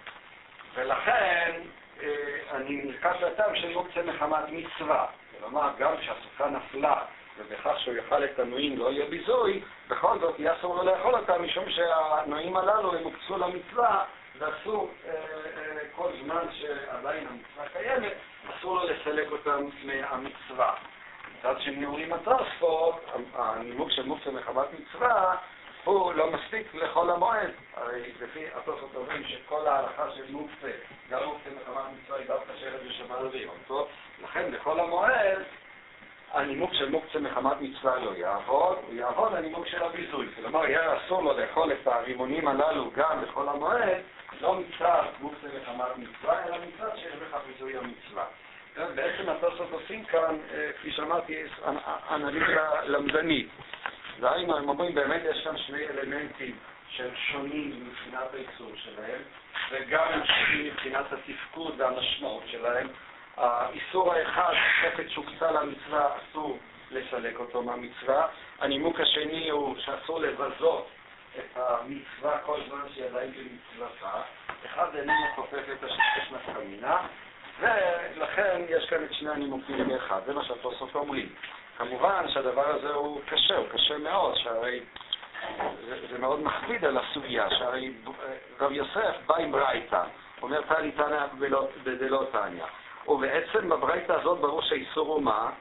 Speaker 1: ולכן, אני נלקח לטעם של מוקצה מחמת מצווה. כלומר, גם כשהסוכה נפלה, ובכך שהוא יאכל את הנועים לא יהיה ביזוי, בכל זאת יהיה אסור לו לאכול אותם, משום שהנועים הללו הם הוקצו למצווה, ואסור אה, אה, כל זמן שעדיין המצווה קיימת, אסור לו לסלק אותם מהמצווה. מצד שני אומרים התוספות, הנימוק של מוקצה מחמת מצווה, הוא לא מספיק לכל המועד. הרי לפי התוספות אומרים שכל ההלכה של מוקצה, גם מוקצה מחמת מצווה היא דווקא שרת ושבת ויום טוב, לכן לכל המועד, הנימוק של מוקצה מחמת מצווה לא יעבוד, הוא יעבוד הנימוק של הביזוי. כלומר, יהיה אסור לו לאכול את הרימונים הללו גם לכל המועד, לא מצד מוקצה מחמת מצווה, אלא מצד שיש בכך ביזוי המצווה. בעצם התוספות עושים כאן, כפי שאמרתי, אנליזה למדנית. דהיינו, הם אומרים, באמת יש כאן שני אלמנטים שהם שונים מבחינת האיסור שלהם, וגם הם שונים מבחינת התפקוד והמשמעות שלהם. האיסור האחד, חפץ שהוקצה למצווה, אסור לסלק אותו מהמצווה. הנימוק השני הוא שאסור לבזות את המצווה כל זמן שהיא עדיין במצוותה. אחד איננו חופף את השש נפקמינה, ולכן יש כאן את שני הנימוקים לאחד. זה מה שהתוספות אומרים. כמובן שהדבר הזה הוא קשה, הוא קשה מאוד, שהרי זה, זה מאוד מכביד על הסוגיה, שהרי רב יוסף בא עם ברייתא, אומר תני תניא בדלא תניא. ובעצם בברייתא הזאת ברור שהאיסור הוא מה?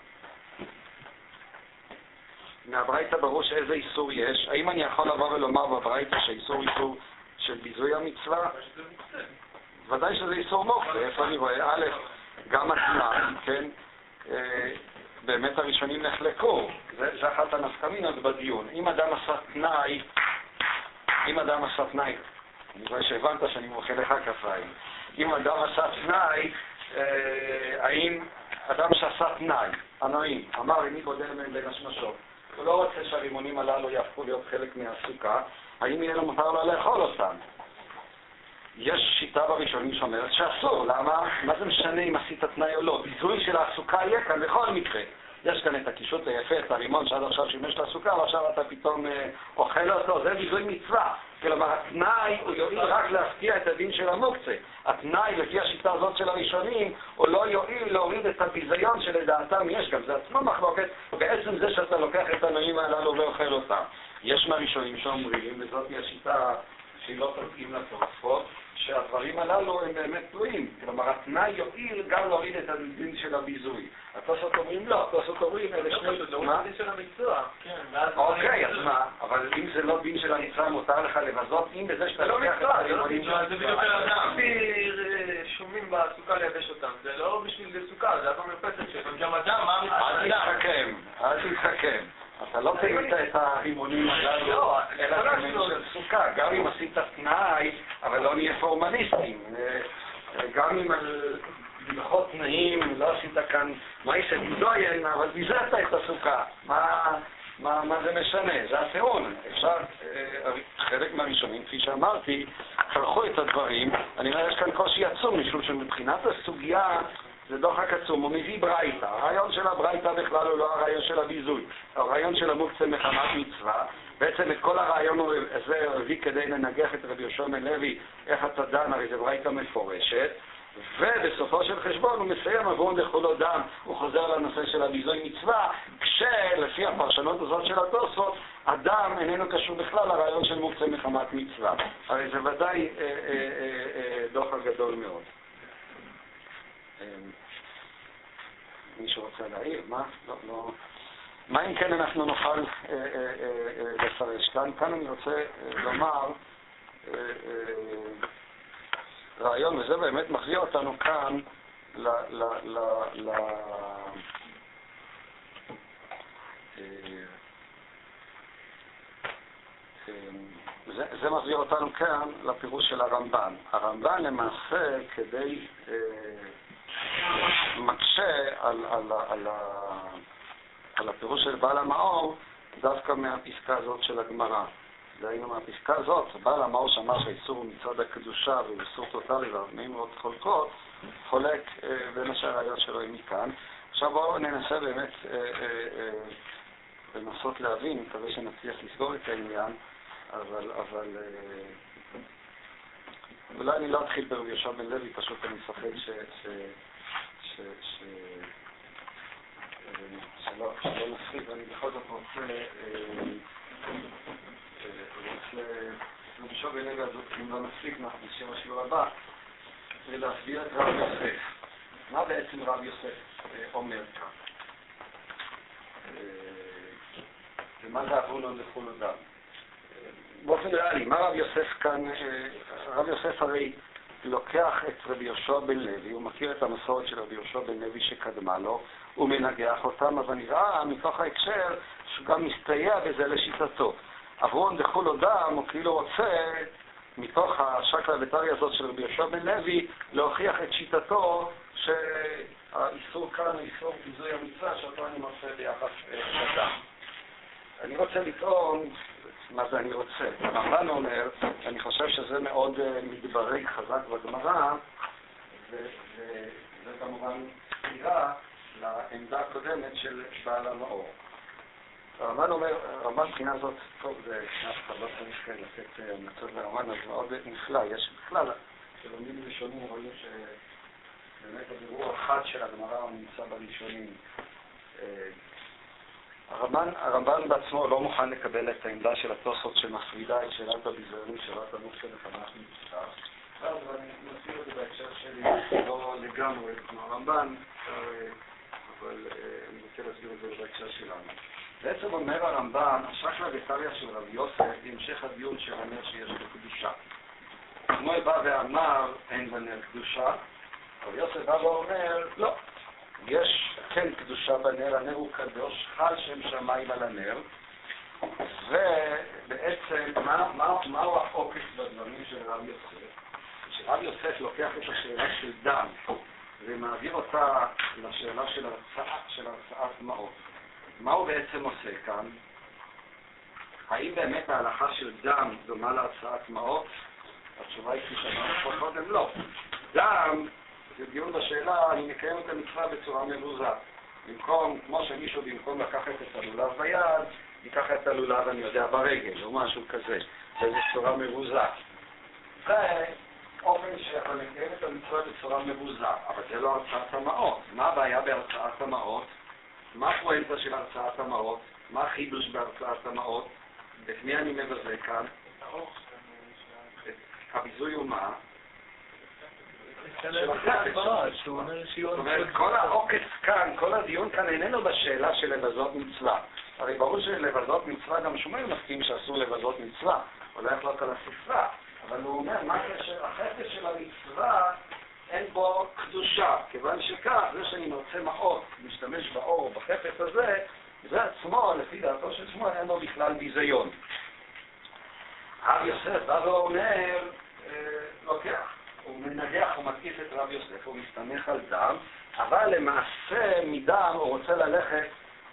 Speaker 1: מהברייתא ברור שאיזה איסור יש. האם אני יכול לבוא ולומר בברייתא שהאיסור הוא איסור של ביזוי המצווה? ודאי שזה איסור מוקצה. איפה אני רואה? א', גם התנאי, כן? באמת הראשונים נחלקו. זה, זה אחת הנפקמינות בדיון. אם אדם עשה תנאי, אם אדם עשה תנאי, אני רואה שהבנת שאני מוחא לך כפיים. אם אדם עשה תנאי, האם אדם שעשה תנאי, הנועים, אמר איני גודל מהם בין השמשות, הוא לא רוצה שהרימונים הללו יהפכו להיות חלק מהסוכה, האם יהיה לו מותר לו לאכול אותם? יש שיטה בראשונים שאומרת שאסור, למה? מה זה משנה אם עשית תנאי או לא? ביזוי של הסוכה יהיה כאן בכל מקרה. יש כאן את הקישוט היפה, את הרימון שעד עכשיו שימש לסוכה, ועכשיו אתה פתאום אה, אוכל אותו, זה ביזוי מצווה. כלומר, התנאי הוא יועיל רק להפקיע את הדין של המוקצה. התנאי, לפי השיטה הזאת של הראשונים, הוא לא יועיל להוריד את הביזיון שלדעתם יש גם. זה עצמו מחלוקת, בעצם זה שאתה לוקח את הנועים הללו ואוכל אותם. יש מהראשונים שאומרים, וזאת היא השיטה שהיא לא תתאים לתוספות, שהדברים הללו הם באמת תלויים. כלומר, התנאי יועיל גם להוריד את הדין של הביזוי. התוספות אומרים לא, התוספות אומרים אלה שני...
Speaker 4: להוריד את הדין של המצווה.
Speaker 1: אוקיי, אז מה? אבל אם זה לא דין של המצווה, מותר לך לבזות, אם בזה שאתה לוקח את הרימונים...
Speaker 4: זה בדיוק על אדם. שומים בסוכה לייבש אותם. זה לא בשביל סוכה, זה הכל מרפסת שלהם. גם אדם, מה
Speaker 1: אל תתחכם, אל תתחכם. אתה לא תהית את הרימונים הללו, אלא כמין של סוכה. גם אם עשית תנאי, אבל לא נהיה פורמליסטים. גם אם בלכות תנאים, לא עשית כאן מייסד מזוין, אבל ביזרת את הסוכה. מה זה משנה? זה הטיעון. אפשר, חלק מהראשונים, כפי שאמרתי, חלכו את הדברים. אני אומר, יש כאן קושי עצום, משום שמבחינת הסוגיה, זה דוחק עצום, הוא מביא ברייתא. הרעיון של הברייתא בכלל הוא לא הרעיון של הביזוי. הרעיון של המוקצה מחמת מצווה. בעצם את כל הרעיון הזה הביא כדי לנגח את רבי יהושע בן לוי, איך אתה דן, הרי זה ברייתא מפורשת. ובסופו של חשבון הוא מסיים עוון לכולו דם, הוא חוזר לנושא של הביזוי מצווה, כשלפי הפרשנות הזאת של התוספות, אדם איננו קשור בכלל לרעיון של מוקצה מחמת מצווה. הרי זה ודאי אה, אה, אה, אה, דוחק גדול מאוד. מישהו רוצה להעיר? מה? לא, לא. מה אם כן אנחנו נוכל אה, אה, אה, לפרש כאן? כאן אני רוצה אה, לומר אה, אה, רעיון, וזה באמת מחזיר אותנו כאן ל... ל, ל, ל אה, אה, זה, זה מחזיר אותנו כאן לפירוש של הרמב"ן. הרמב"ן למעשה כדי אה, מקשה על, על, על, על, על הפירוש של בעל המאור דווקא מהפסקה הזאת של הגמרא. דהיינו מהפסקה הזאת, בעל המאור שאמר שהאיסור הוא מצד הקדושה והוא איסור טוטלי והרמאים מאוד חולקות, חולק אה, בין השאר הראיות שלו מכאן. עכשיו בואו ננסה באמת אה, אה, אה, לנסות להבין, מקווה שנצליח לסגור את העניין, אבל, אבל אה, אולי אני לא אתחיל ברבי יהושע בן לוי, פשוט אני מפחד ש... ש, ש, ש שלא, שלא נפחיד, ואני בכל זאת רוצה רוצה רבי יהושע בן לוי הזאת, אם לא נפסיק בשם השיעור הבא, ולהסביר את רב יוסף. מה בעצם רב יוסף אומר כאן? ומה זה עוון לכל אדם? באופן ריאלי, מה רב יוסף כאן? רב יוסף הרי לוקח את רבי יהושע בן לוי, הוא מכיר את המסורת של רבי יהושע בן לוי שקדמה לו, הוא מנגח אותם, אבל נראה מתוך ההקשר שהוא גם מסתייע בזה לשיטתו. עוון לכל אדם הוא כאילו רוצה מתוך השקלא וטריא הזאת של רבי יהושע בן לוי להוכיח את שיטתו שהאיסור כאן הוא איסור ביזוי המצווה שאותו אני מוצא ביחס לאדם. אני רוצה לטעון מה זה אני רוצה. הרמב"ן אומר, אני חושב שזה מאוד מדברג חזק בגמרא, וזה כמובן סתירה לעמדה הקודמת של בעל המאור. הרמב"ן אומר, הרמב"ן מבחינה זאת, טוב, זה אף אחד לא צריך לתת המלצות לרמב"ן, אז מאוד נפלא. יש בכלל, שלומדים ראשונים רואים שבאמת הבירור אחד של הגמרא הוא נמצא בראשונים. הרמב"ן, הרמב"ן בעצמו לא מוכן לקבל את העמדה של התוספות שמפרידה את שאלת הביזיון, שאלת המוח של התנ"ך מצטער. אז אני מסביר את זה בהקשר שלי, לא לגמרי כמו הרמב"ן, אבל אני רוצה להסביר את זה בהקשר שלנו. בעצם אומר הרמב"ן, השקלא וטריא של רבי יוסף, בהמשך הדיון שאומר שיש בו קדושה. כמו בא ואמר, אין בנר קדושה, רבי יוסף בא ואומר, לא. יש כן קדושה בנר, הנר הוא קדוש, חל שם שמיים על הנר, ובעצם מה, מה, מהו העוקץ בדברים של רב יוסף? שרב יוסף לוקח את השאלה של דם ומעביר אותה לשאלה של הרצאה, של הרצאת מעות. מה הוא בעצם עושה כאן? האם באמת ההלכה של דם דומה להרצאת מעות? התשובה היא כשאנחנו קודם לא. דם זה דיון בשאלה, אני מקיים את המצווה בצורה מבוזה. במקום, כמו שמישהו במקום לקחת את הלולב ביד, ייקח את הלולב, אני יודע, ברגל, או משהו כזה. זה בצורה מבוזה. זה אופן שאתה מקיים את המצווה בצורה מבוזה, אבל זה לא הרצאת המעות. מה הבעיה בהרצאת המעות? מה הפואנטה של הרצאת המעות? מה החידוש בהרצאת המעות? את מי אני מבזה כאן? הביזוי הוא מה? זאת אומרת, כל העוקץ כאן, כל הדיון כאן איננו בשאלה של לבזות מצווה. הרי ברור שלבזות מצווה גם שומעים מסכים שאסור לבזות מצווה, אולי יחלוק על הספרה, אבל הוא אומר, מה הקשר? החפץ של המצווה אין בו קדושה, כיוון שכך, זה שאני מרצה מעות, משתמש באור בחפץ הזה, זה עצמו, לפי דעתו של שמואל, אין בו בכלל ביזיון. רב יוסף בא ואומר, לוקח. הוא מנגח, הוא מתקיף את רב יוסף, הוא מסתמך על דם, אבל למעשה מדם הוא רוצה ללכת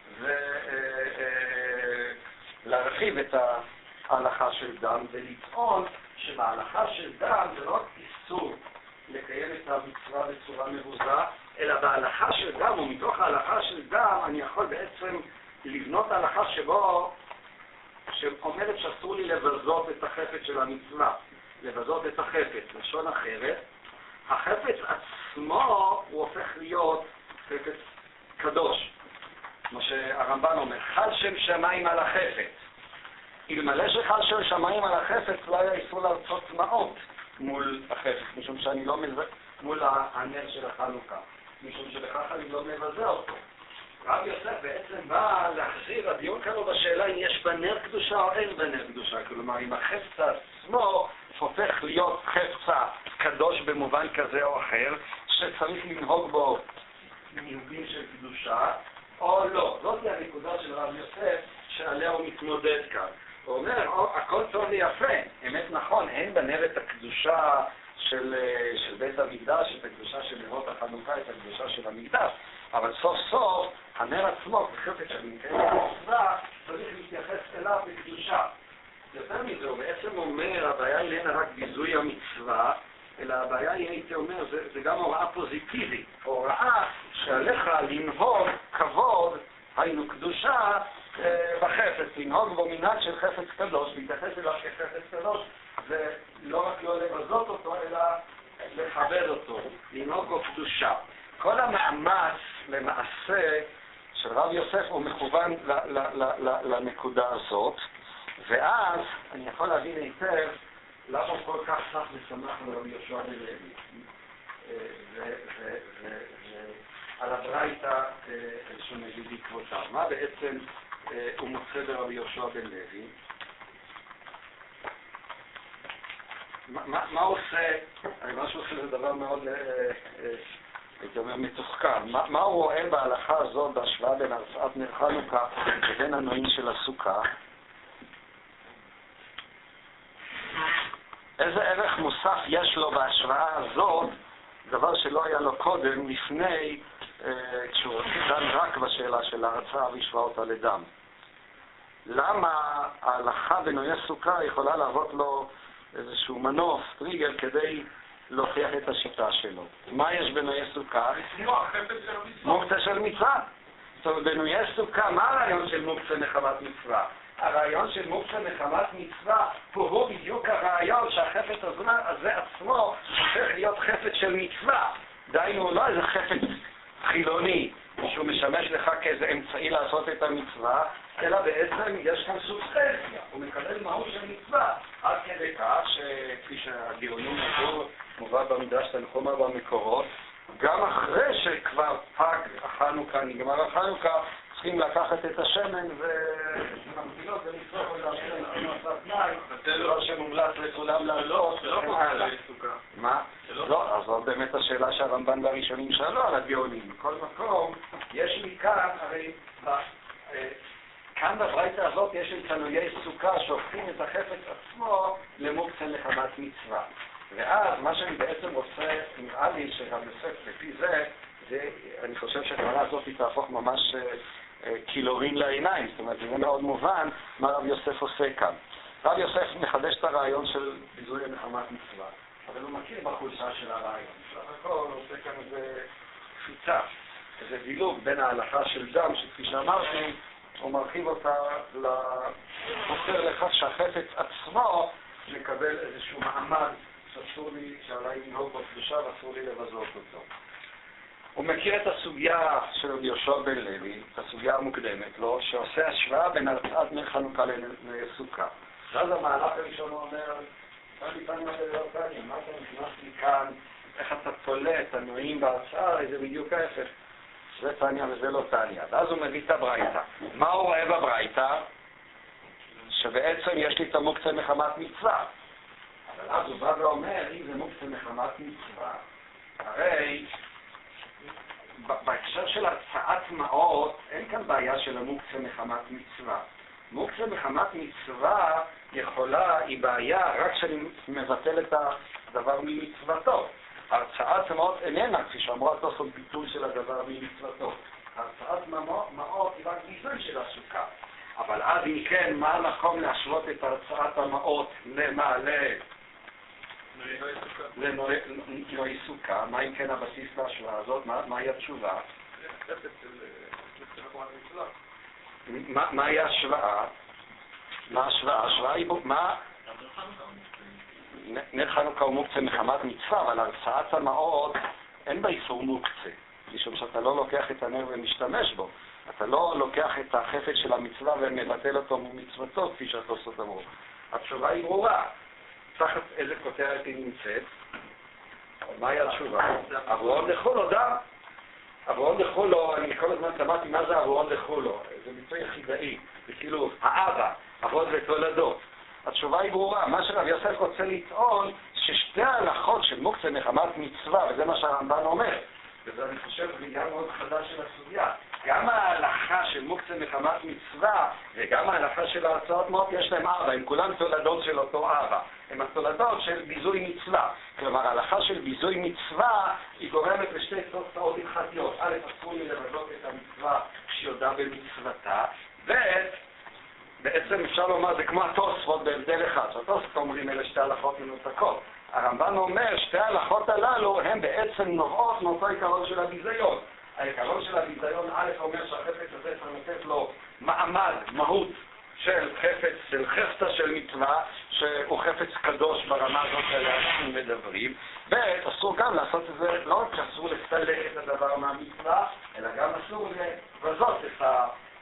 Speaker 1: ולהרחיב את ההלכה של דם ולטעון שבהלכה של דם זה לא איסור לקיים את המצווה בצורה מבוזה, אלא בהלכה של דם, ומתוך ההלכה של דם אני יכול בעצם לבנות ההלכה שבו שאומרת שאסור לי לבזות את החפץ של המצווה. לבזות את החפץ, לשון אחרת, החפץ עצמו הוא הופך להיות חפץ קדוש. כמו שהרמב"ן אומר, חל שם שמיים על החפץ. אלמלא שחל שם שמיים על החפץ לא היה איסור להרצות מעות מול החפץ, משום שאני לא מבזה, מול הנר של החנוכה, משום שבכך אני לא מבזה אותו. רב יוסף בעצם בא להחזיר, הדיון כאן בשאלה אם יש בנר קדושה או אין בנר קדושה, כלומר אם החפץ עצמו הופך להיות חפצה קדוש במובן כזה או אחר, שצריך לנהוג בו ניהוגים של קדושה, או לא. זאת היא הנקודה של רב יוסף שעליה הוא מתמודד כאן. הוא אומר, הכל טוב ויפה, אמת נכון, אין בנר את הקדושה של, של בית המקדש, את הקדושה של נרות החנוכה, את הקדושה של המקדש, אבל סוף סוף הנר עצמו, בחפץ של מקרה המצווה, צריך להתייחס אליו בקדושה. יותר מזה, הוא בעצם אומר, הבעיה איננה רק ביזוי המצווה, אלא הבעיה היא, הייתי אומר, זה, זה גם הוראה פוזיטיבית, הוראה שעליך לנהוג כבוד, היינו קדושה, בחפץ, לנהוג בו מנהג של חפץ קדוש, להתייחס אליו כחפץ קדוש, זה לא רק לא לבזות אותו, אלא לכבד אותו, לנהוג בו קדושה. כל המאמץ למעשה של רב יוסף הוא מכוון ל- ל- ל- ל- לנקודה הזאת, ואז אני יכול להבין היטב למה הוא כל כך סך ושמח לרבי יהושע בן לוי. על הברייתא שהוא מביא בעקבותיו. מה בעצם הוא מוצא ברבי יהושע בן לוי? מה, מה עושה? מה שהוא עושה זה דבר מאוד, הייתי אומר, מתוחכם. מה, מה הוא רואה בהלכה הזאת בהשוואה בין הרצאת נר חנוכה לבין הנועים של הסוכה? איזה ערך מוסף יש לו בהשוואה הזאת, דבר שלא היה לו קודם, לפני, כשהוא דן רק בשאלה של ההרצאה והשוואה אותה לדם? למה ההלכה בנויי סוכה יכולה להוות לו איזשהו מנוף, טריגר, כדי להוכיח את השיטה שלו? מה יש בנויי סוכה? מוקצה של מצווה. זאת אומרת, בנויי סוכה, מה הרעיון של מוקצה מחמת מצווה? הרעיון של מוקצה מחמת מצווה פה הוא בדיוק הרעיון שהחפץ הזה עצמו הופך להיות חפץ של מצווה. דיינו, לא איזה חפץ חילוני שהוא משמש לך כאיזה אמצעי לעשות את המצווה, אלא בעצם יש כאן סובסטנציה, הוא מקבל מהות של מצווה, עד כדי כך שכפי שהגאונים עבור מובא במדרש תנחומא במקורות, גם אחרי שכבר פג החנוכה, נגמר החנוכה, צריכים לקחת את השמן וממתילות ולצרוך את השמן לנוסף תנאי, לא שמומלץ לכולם לעלות.
Speaker 4: זה לא פוגע סוכה.
Speaker 1: מה? לא, אז זאת באמת השאלה שהרמב"ן והראשונים שאלו על הגאונים. בכל מקום, יש לי כאן, הרי כאן בברייתא הזאת יש לי תנויי סוכה שהופכים את החפץ עצמו למוקצה מחמת מצווה. ואז מה שאני בעצם רוצה, נראה לי שרב יוסף לפי זה, זה, אני חושב שהדברה הזאת היא תהפוך ממש אה, קילורין לעיניים, זאת אומרת, זה מאוד מובן מה רב יוסף עושה כאן. רב יוסף מחדש את הרעיון של ביזוי מחמת מצווה, אבל הוא מכיר בחולשה של הרעיון. סך הכל הוא עושה כאן איזה קפיצה, איזה דילוג בין ההלכה של דם, שכפי שאמרתי, הוא מרחיב אותה לחוסר לכך שהחפץ עצמו מקבל איזשהו מעמד שאסור לי, שעליי לנהוג בקדושה ואסור לי לבזות אותו. הוא מכיר את הסוגיה של רבי יהושע בן לוי, את הסוגיה המוקדמת לו, שעושה השוואה בין הרצאת נר חנוכה לסוכה. ואז המהלך הראשון הוא אומר, תני תני מה זה לא תני, מה אתה נכנס לי כאן, איך אתה תולה את הנועים בהרצאה, זה בדיוק ההפך. זה תניה וזה לא תניה. ואז הוא מביא את הברייתא. מה הוא רואה בברייתא? שבעצם יש לי את המוקצה מחמת מצווה. אבל אז הוא בא ואומר, אם זה מוקצה מחמת מצווה, הרי בהקשר של הרצאת מעות, אין כאן בעיה של המוקצה מחמת מצווה. מוקצה מחמת מצווה יכולה, היא בעיה רק כשאני מבטל את הדבר ממצוותו. הרצאת מעות איננה, כפי שאמרה תוספות, ביטול של הדבר ממצוותו. הרצאת מעות היא רק ביזוי של הסוכה. אבל אז אם כן, מה המקום להשוות את הרצאת המעות למה? לנועי סוכה? מה אם כן הבסיס להשוואה הזאת? מהי התשובה? מהי ההשוואה? מה ההשוואה? ההשוואה היא מה? נר חנוכה הוא מוקצה מחמת מצווה, אבל הרצאת המעות אין בה איסור מוקצה, משום שאתה לא לוקח את הנר ומשתמש בו. אתה לא לוקח את החפץ של המצווה ומבטל אותו ממצוותו, כפי שהתוספות אמרו. התשובה היא ברורה. תחת איזה כותרת היא נמצאת? מהי התשובה? אברהם דחולו דם. אברהם דחולו, אני כל הזמן שמעתי מה זה אברהם דחולו. זה ביטוי יחידאי. זה כאילו האבא, אבות ותולדות. התשובה היא ברורה. מה שרב יוסף רוצה לטעון, ששתי ההלכות של מוקצה מחמת מצווה, וזה מה שהרמב"ן אומר, וזה אני חושב בגלל מאוד חדש של הסוגיה, גם ההלכה של מוקצה מחמת מצווה וגם ההלכה של ההרצאות מות יש להם אבא, הם כולם תולדות של אותו אבא, הם התולדות של ביזוי מצווה. כלומר, ההלכה של ביזוי מצווה היא גורמת לשתי תוצאות הלכתיות. א', אסור לי לבזות את המצווה שיודע במצוותה, ב', בעצם אפשר לומר זה כמו התוספות בהבדל אחד. שהתוספות אומרים אלה שתי הלכות מנותקות. הרמב"ן אומר שתי ההלכות הללו הן בעצם נובעות מאותו עיקרון של הביזיון. העיקרון של הביזיון א' אומר שהחפץ הזה צריך לתת לו מעמד, מהות של חפץ, של חפצה של מצווה, שהוא חפץ קדוש ברמה הזאת שעליה אנחנו מדברים. ב', אסור גם לעשות את זה, לא רק שאסור לסלק את הדבר מהמצווה, אלא גם אסור לבזות את ה...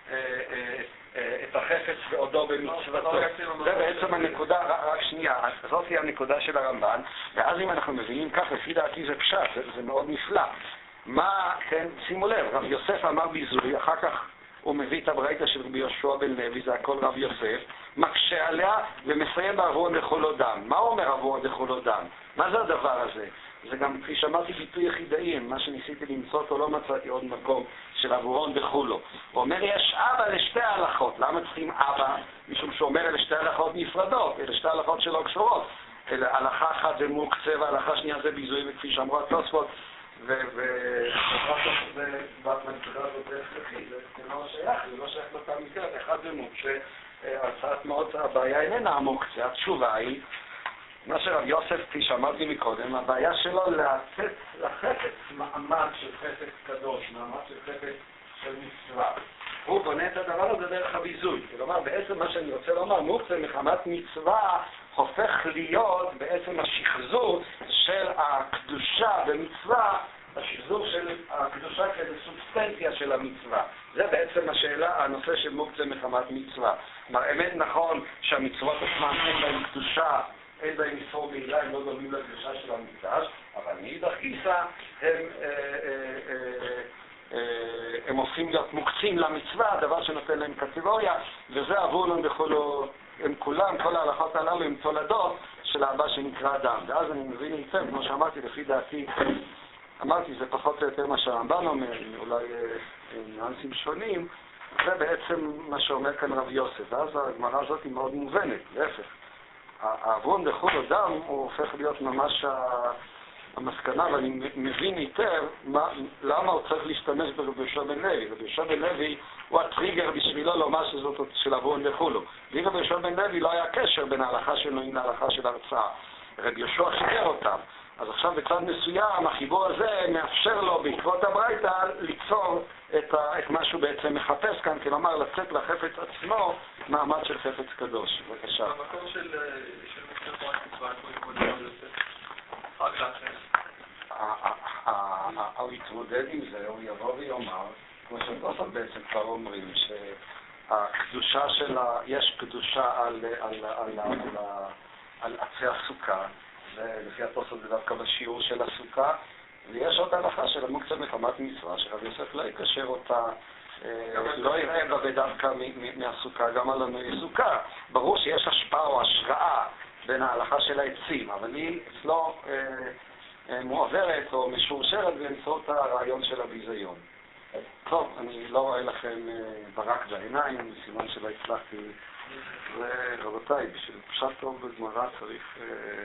Speaker 1: את החפץ ועודו במצוותו. זה בעצם הנקודה, רק שנייה, זאת היא הנקודה של הרמב"ן, ואז אם אנחנו מבינים כך, לפי דעתי זה פשט, זה, זה מאוד נפלא. מה, כן, שימו לב, רב יוסף אמר ביזוי, אחר כך הוא מביא את הברייתא של רבי יהושע בן לוי, זה הכל רב יוסף, מקשה עליה ומסיים בעבורון דכולו דם. מה הוא אומר עבורון דכולו דם? מה זה הדבר הזה? זה גם, כפי שאמרתי, ביטוי יחידאיים, מה שניסיתי למצוא אותו לא מצאתי עוד מקום של עבורון דכולו. הוא אומר, יש אבא לשתי ההלכות. למה צריכים אבא? משום שהוא אומר, אלה שתי הלכות נפרדות, אלה שתי הלכות שלא קשורות. אלה, הלכה אחת זה מוקצה וההלכה שנייה זה ביזוי, וכפי שאמרו התוספות, ובנקודה הזאת זה הכרחי, זה לא שייך, זה לא שייך לאותה מסגרת, אחד זה מוקצה, הצעת מאוד, הבעיה איננה המוקצה, התשובה היא, מה שרב יוסף, כפי שאמרתי מקודם, הבעיה שלו לתת לחפץ מעמד של חפץ קדוש, מעמד של חפץ של מצווה. הוא בונה את הדבר הזה דרך הביזוי. כלומר, בעצם מה שאני רוצה לומר, מוקצה מחמת מצווה הופך להיות בעצם השחזור של הקדושה במצווה, השחזור של הקדושה כאיזו סובסטנציה של המצווה. זה בעצם השאלה, הנושא של מוקצה מחמת מצווה. כלומר, אמת נכון שהמצוות עצמן אין בהן קדושה, אין בהם איסור בעילה, הם לא דומים לקדושה של המקדש, אבל מאידך גיסא הם, הם הופכים להיות מוקצים למצווה, הדבר שנותן להם קטגוריה, וזה עבור לנו בכולו, הם כולם, כל ההלכות הללו הם תולדות של האבא שנקרא דם. ואז אני מבין היטב, כמו שאמרתי, לפי דעתי, אמרתי, זה פחות או יותר מה שהרמב"ן אומר, אולי ניואנסים שונים, זה בעצם מה שאומר כאן רב יוסף, ואז הגמרא הזאת היא מאוד מובנת, להפך. העוון דכולו דם הוא הופך להיות ממש המסקנה, ואני מבין היטב מה, למה הוא צריך להשתמש ברבי יהושע בן לוי. רבי יהושע בן לוי הוא הטריגר בשבילו לומר שזאת של עוון דכולו. בלי רבי יהושע בן לוי לא היה קשר בין ההלכה של נועים להלכה של הרצאה. רבי יהושע חיבר אותם. אז עכשיו בצד מסוים החיבור הזה מאפשר לו בעקבות הברייתא ליצור את, ה, את מה שהוא בעצם מחפש כאן, כלומר לצאת לחפץ עצמו מעמד של חפץ קדוש. בבקשה.
Speaker 4: המקום של מוקצה מצווה, איפה הוא יוסף? רק לאחר.
Speaker 1: הוא יתמודד עם זה, הוא יבוא ויאמר, כמו שהתוספות בעצם כבר אומרים, שהקדושה שלה, יש קדושה על, על, על, על, על עצי הסוכה, ולפי התוספות זה דווקא בשיעור של הסוכה, ויש עוד הלכה של המוקצה מחמת מצווה, שרב יוסף לא יקשר אותה, לא יראה בה בדווקא מהסוכה, גם על הנוי סוכה. ברור שיש השפעה או השראה בין ההלכה של העצים, אבל היא אצלו מועברת או משורשרת באמצעות הרעיון של הביזיון. טוב, אני לא רואה לכם ברק בעיניים, בסימן שלא הצלחתי. רבותיי, בשביל פשט טוב בגמרא צריך...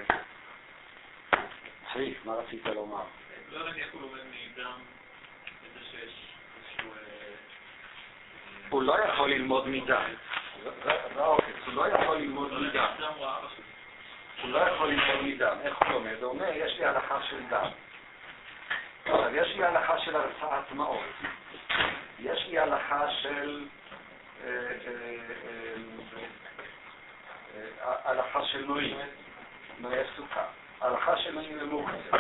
Speaker 1: צבי, מה רצית לומר?
Speaker 5: לא יודעת איך הוא לומד מדם את זה שיש איזשהו...
Speaker 1: הוא לא יכול ללמוד מדם. הוא לא יכול ללמוד מדם. הוא לא יכול ללמוד מדם. איך הוא לומד? הוא אומר, יש לי הלכה של דם. אבל יש לי הלכה של הרצאת מעות. יש לי הלכה של... הלכה של נועים. נועי סוכה. ההלכה של נועים למוקצה.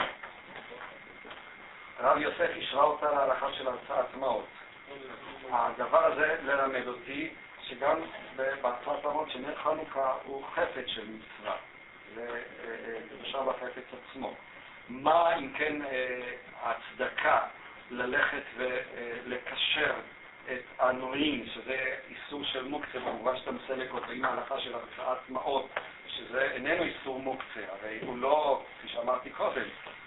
Speaker 1: רב יוסף ישרה אותה להלכה של הרצאת מעות. הדבר הזה ללמד אותי שגם בהרצאת מעות שנר חנוכה הוא חפץ של מצווה. וקדושה בחפץ עצמו. מה אם כן ההצדקה ללכת ולקשר את הנועים, שזה איסור של מוקצה, במובן שאתה מסלק אותו עם ההלכה של הרצאת מעות, שזה איננו איסור מוקצה, הרי הוא לא, כפי שאמרתי קודם,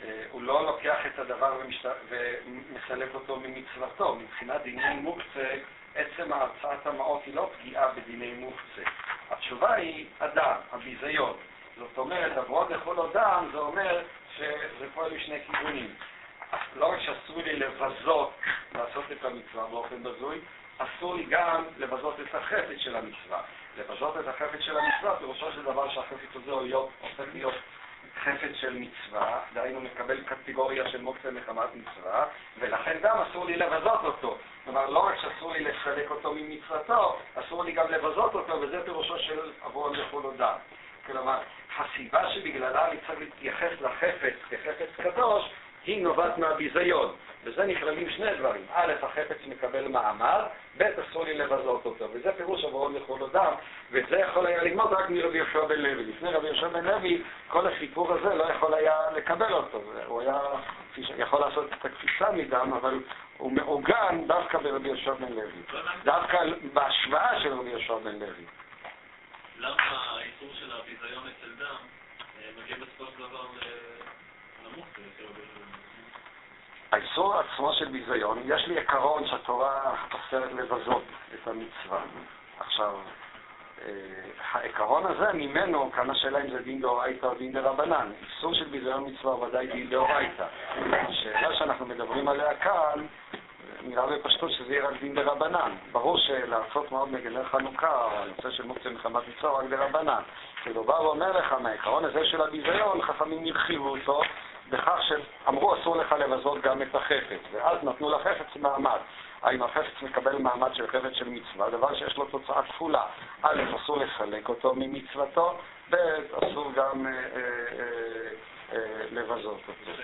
Speaker 1: הוא לא לוקח את הדבר ומשת... ומסלק אותו ממצוותו. מבחינת דיני מוקצה, עצם ההרצאת המעות היא לא פגיעה בדיני מוקצה. התשובה היא אדם, הביזיון. זאת אומרת, עבוד לכל אדם, זה אומר שזה פועל משני כיוונים. לא רק שאסור לי לבזות, לעשות את המצווה באופן בזוי, אסור לי גם לבזות את החפץ של המצווה. לבזות את החפץ של המצווה, פירושו של דבר שהחפץ הזה הופך להיות חפץ של מצווה, דהיינו מקבל קטגוריה של מוקצה מחמת מצווה, ולכן גם אסור לי לבזות אותו. כלומר, לא רק שאסור לי לסלק אותו ממצוותו, אסור לי גם לבזות אותו, וזה פירושו של עוון לכל אדם. כלומר, הסיבה שבגללה אני צריך להתייחס לחפץ כחפץ קדוש, היא נובעת מהביזיון. וזה נכללים שני דברים. א', החפץ מקבל מעמד, ב', אסור לי לבזות אותו. וזה פירוש עוון לכל אדם, וזה יכול היה ללמוד רק מרבי יהושע בן לוי. לפני רבי יהושע בן לוי, כל הסיפור הזה לא יכול היה לקבל אותו. הוא היה יכול לעשות את הקפיצה מדם, אבל הוא מעוגן דווקא ברבי יהושע בן לוי. דווקא בהשוואה של רבי יהושע בן לוי.
Speaker 4: למה האיסור של הביזיון אצל דם מגיע בסופו של דבר למוקצה יותר בביזיון?
Speaker 1: האיסור עצמו של ביזיון, יש לי עקרון שהתורה אוסרת לבזות את המצווה. עכשיו, העיקרון הזה ממנו, כאן השאלה אם זה דין דאורייתא או דין דרבנן. איסור של ביזיון מצווה ודאי דין דאורייתא. השאלה שאנחנו מדברים עליה כאן, נראה בפשטות שזה יהיה רק דין דרבנן. ברור שלעשות מאוד מגנר חנוכה, הנושא של מוקצה מחמת מצווה רק דרבנן. כאילו בא ואומר לך, מהעיקרון הזה של הביזיון, חכמים נרחיבו אותו, בכך שאמרו אסור לך לבזות גם את החפץ, ואז נתנו לחפץ מעמד. האם החפץ מקבל מעמד של חפץ של מצווה, דבר שיש לו תוצאה כפולה. א', אסור לסלק אותו ממצוותו, ב', אסור גם אה, אה, אה, לבזות אותו.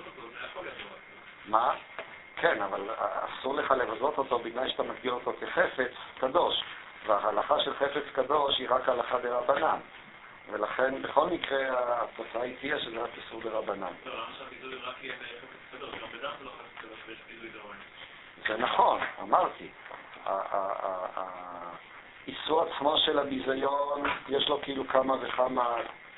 Speaker 1: מה? כן, אבל אסור לך לבזות אותו בגלל שאתה מגדיר אותו כחפץ קדוש, וההלכה של חפץ קדוש היא רק הלכה דרבנן. ולכן בכל מקרה התוצאה היא תהיה שזה רק איסור דרבנן.
Speaker 4: לא, למה שהביזוי רק יהיה בחפץ קדוש? גם בדם זה לא חפץ קדוש ויש ביזוי דאורייתא.
Speaker 1: זה נכון, אמרתי. האיסור עצמו של הביזיון יש לו כאילו כמה וכמה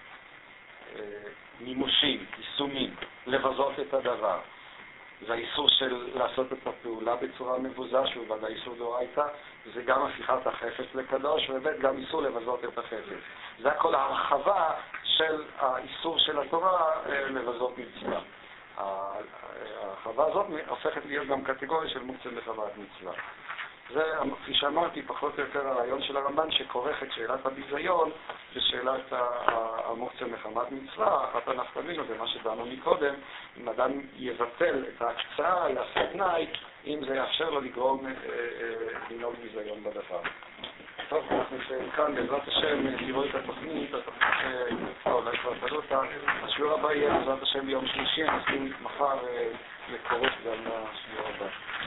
Speaker 1: מימושים, יישומים, לבזות את הדבר. זה האיסור של לעשות את הפעולה בצורה מבוזה, שהוא ודאי איסור דאורייתא, זה גם הפיכת החפץ לקדוש, ובאמת גם איסור לבזות את החפץ. זה הכל ההרחבה של האיסור של התורה לבזות מצווה. ההרחבה הזאת הופכת להיות גם קטגוריה של מוקצה מחמת מצווה. זה, כפי שאמרתי, פחות או יותר הרעיון של הרמב"ן שכורך את שאלת הביזיון ושאלת המוקצה מחמת מצווה. אחת הנפקא מינות זה מה שדנו מקודם, אם אדם יבטל את ההקצאה, יעשה תנאי, אם זה יאפשר לו לגרום לנהוג ביזיון בדבר. טוב, אנחנו נסיים כאן, בעזרת השם, תראו את התוכנית, התוכנית אולי כבר תדעו אותה. השיעור הבא יהיה בעזרת השם ביום שלישי, נסים מחר לקורות גם לשיעור הבא.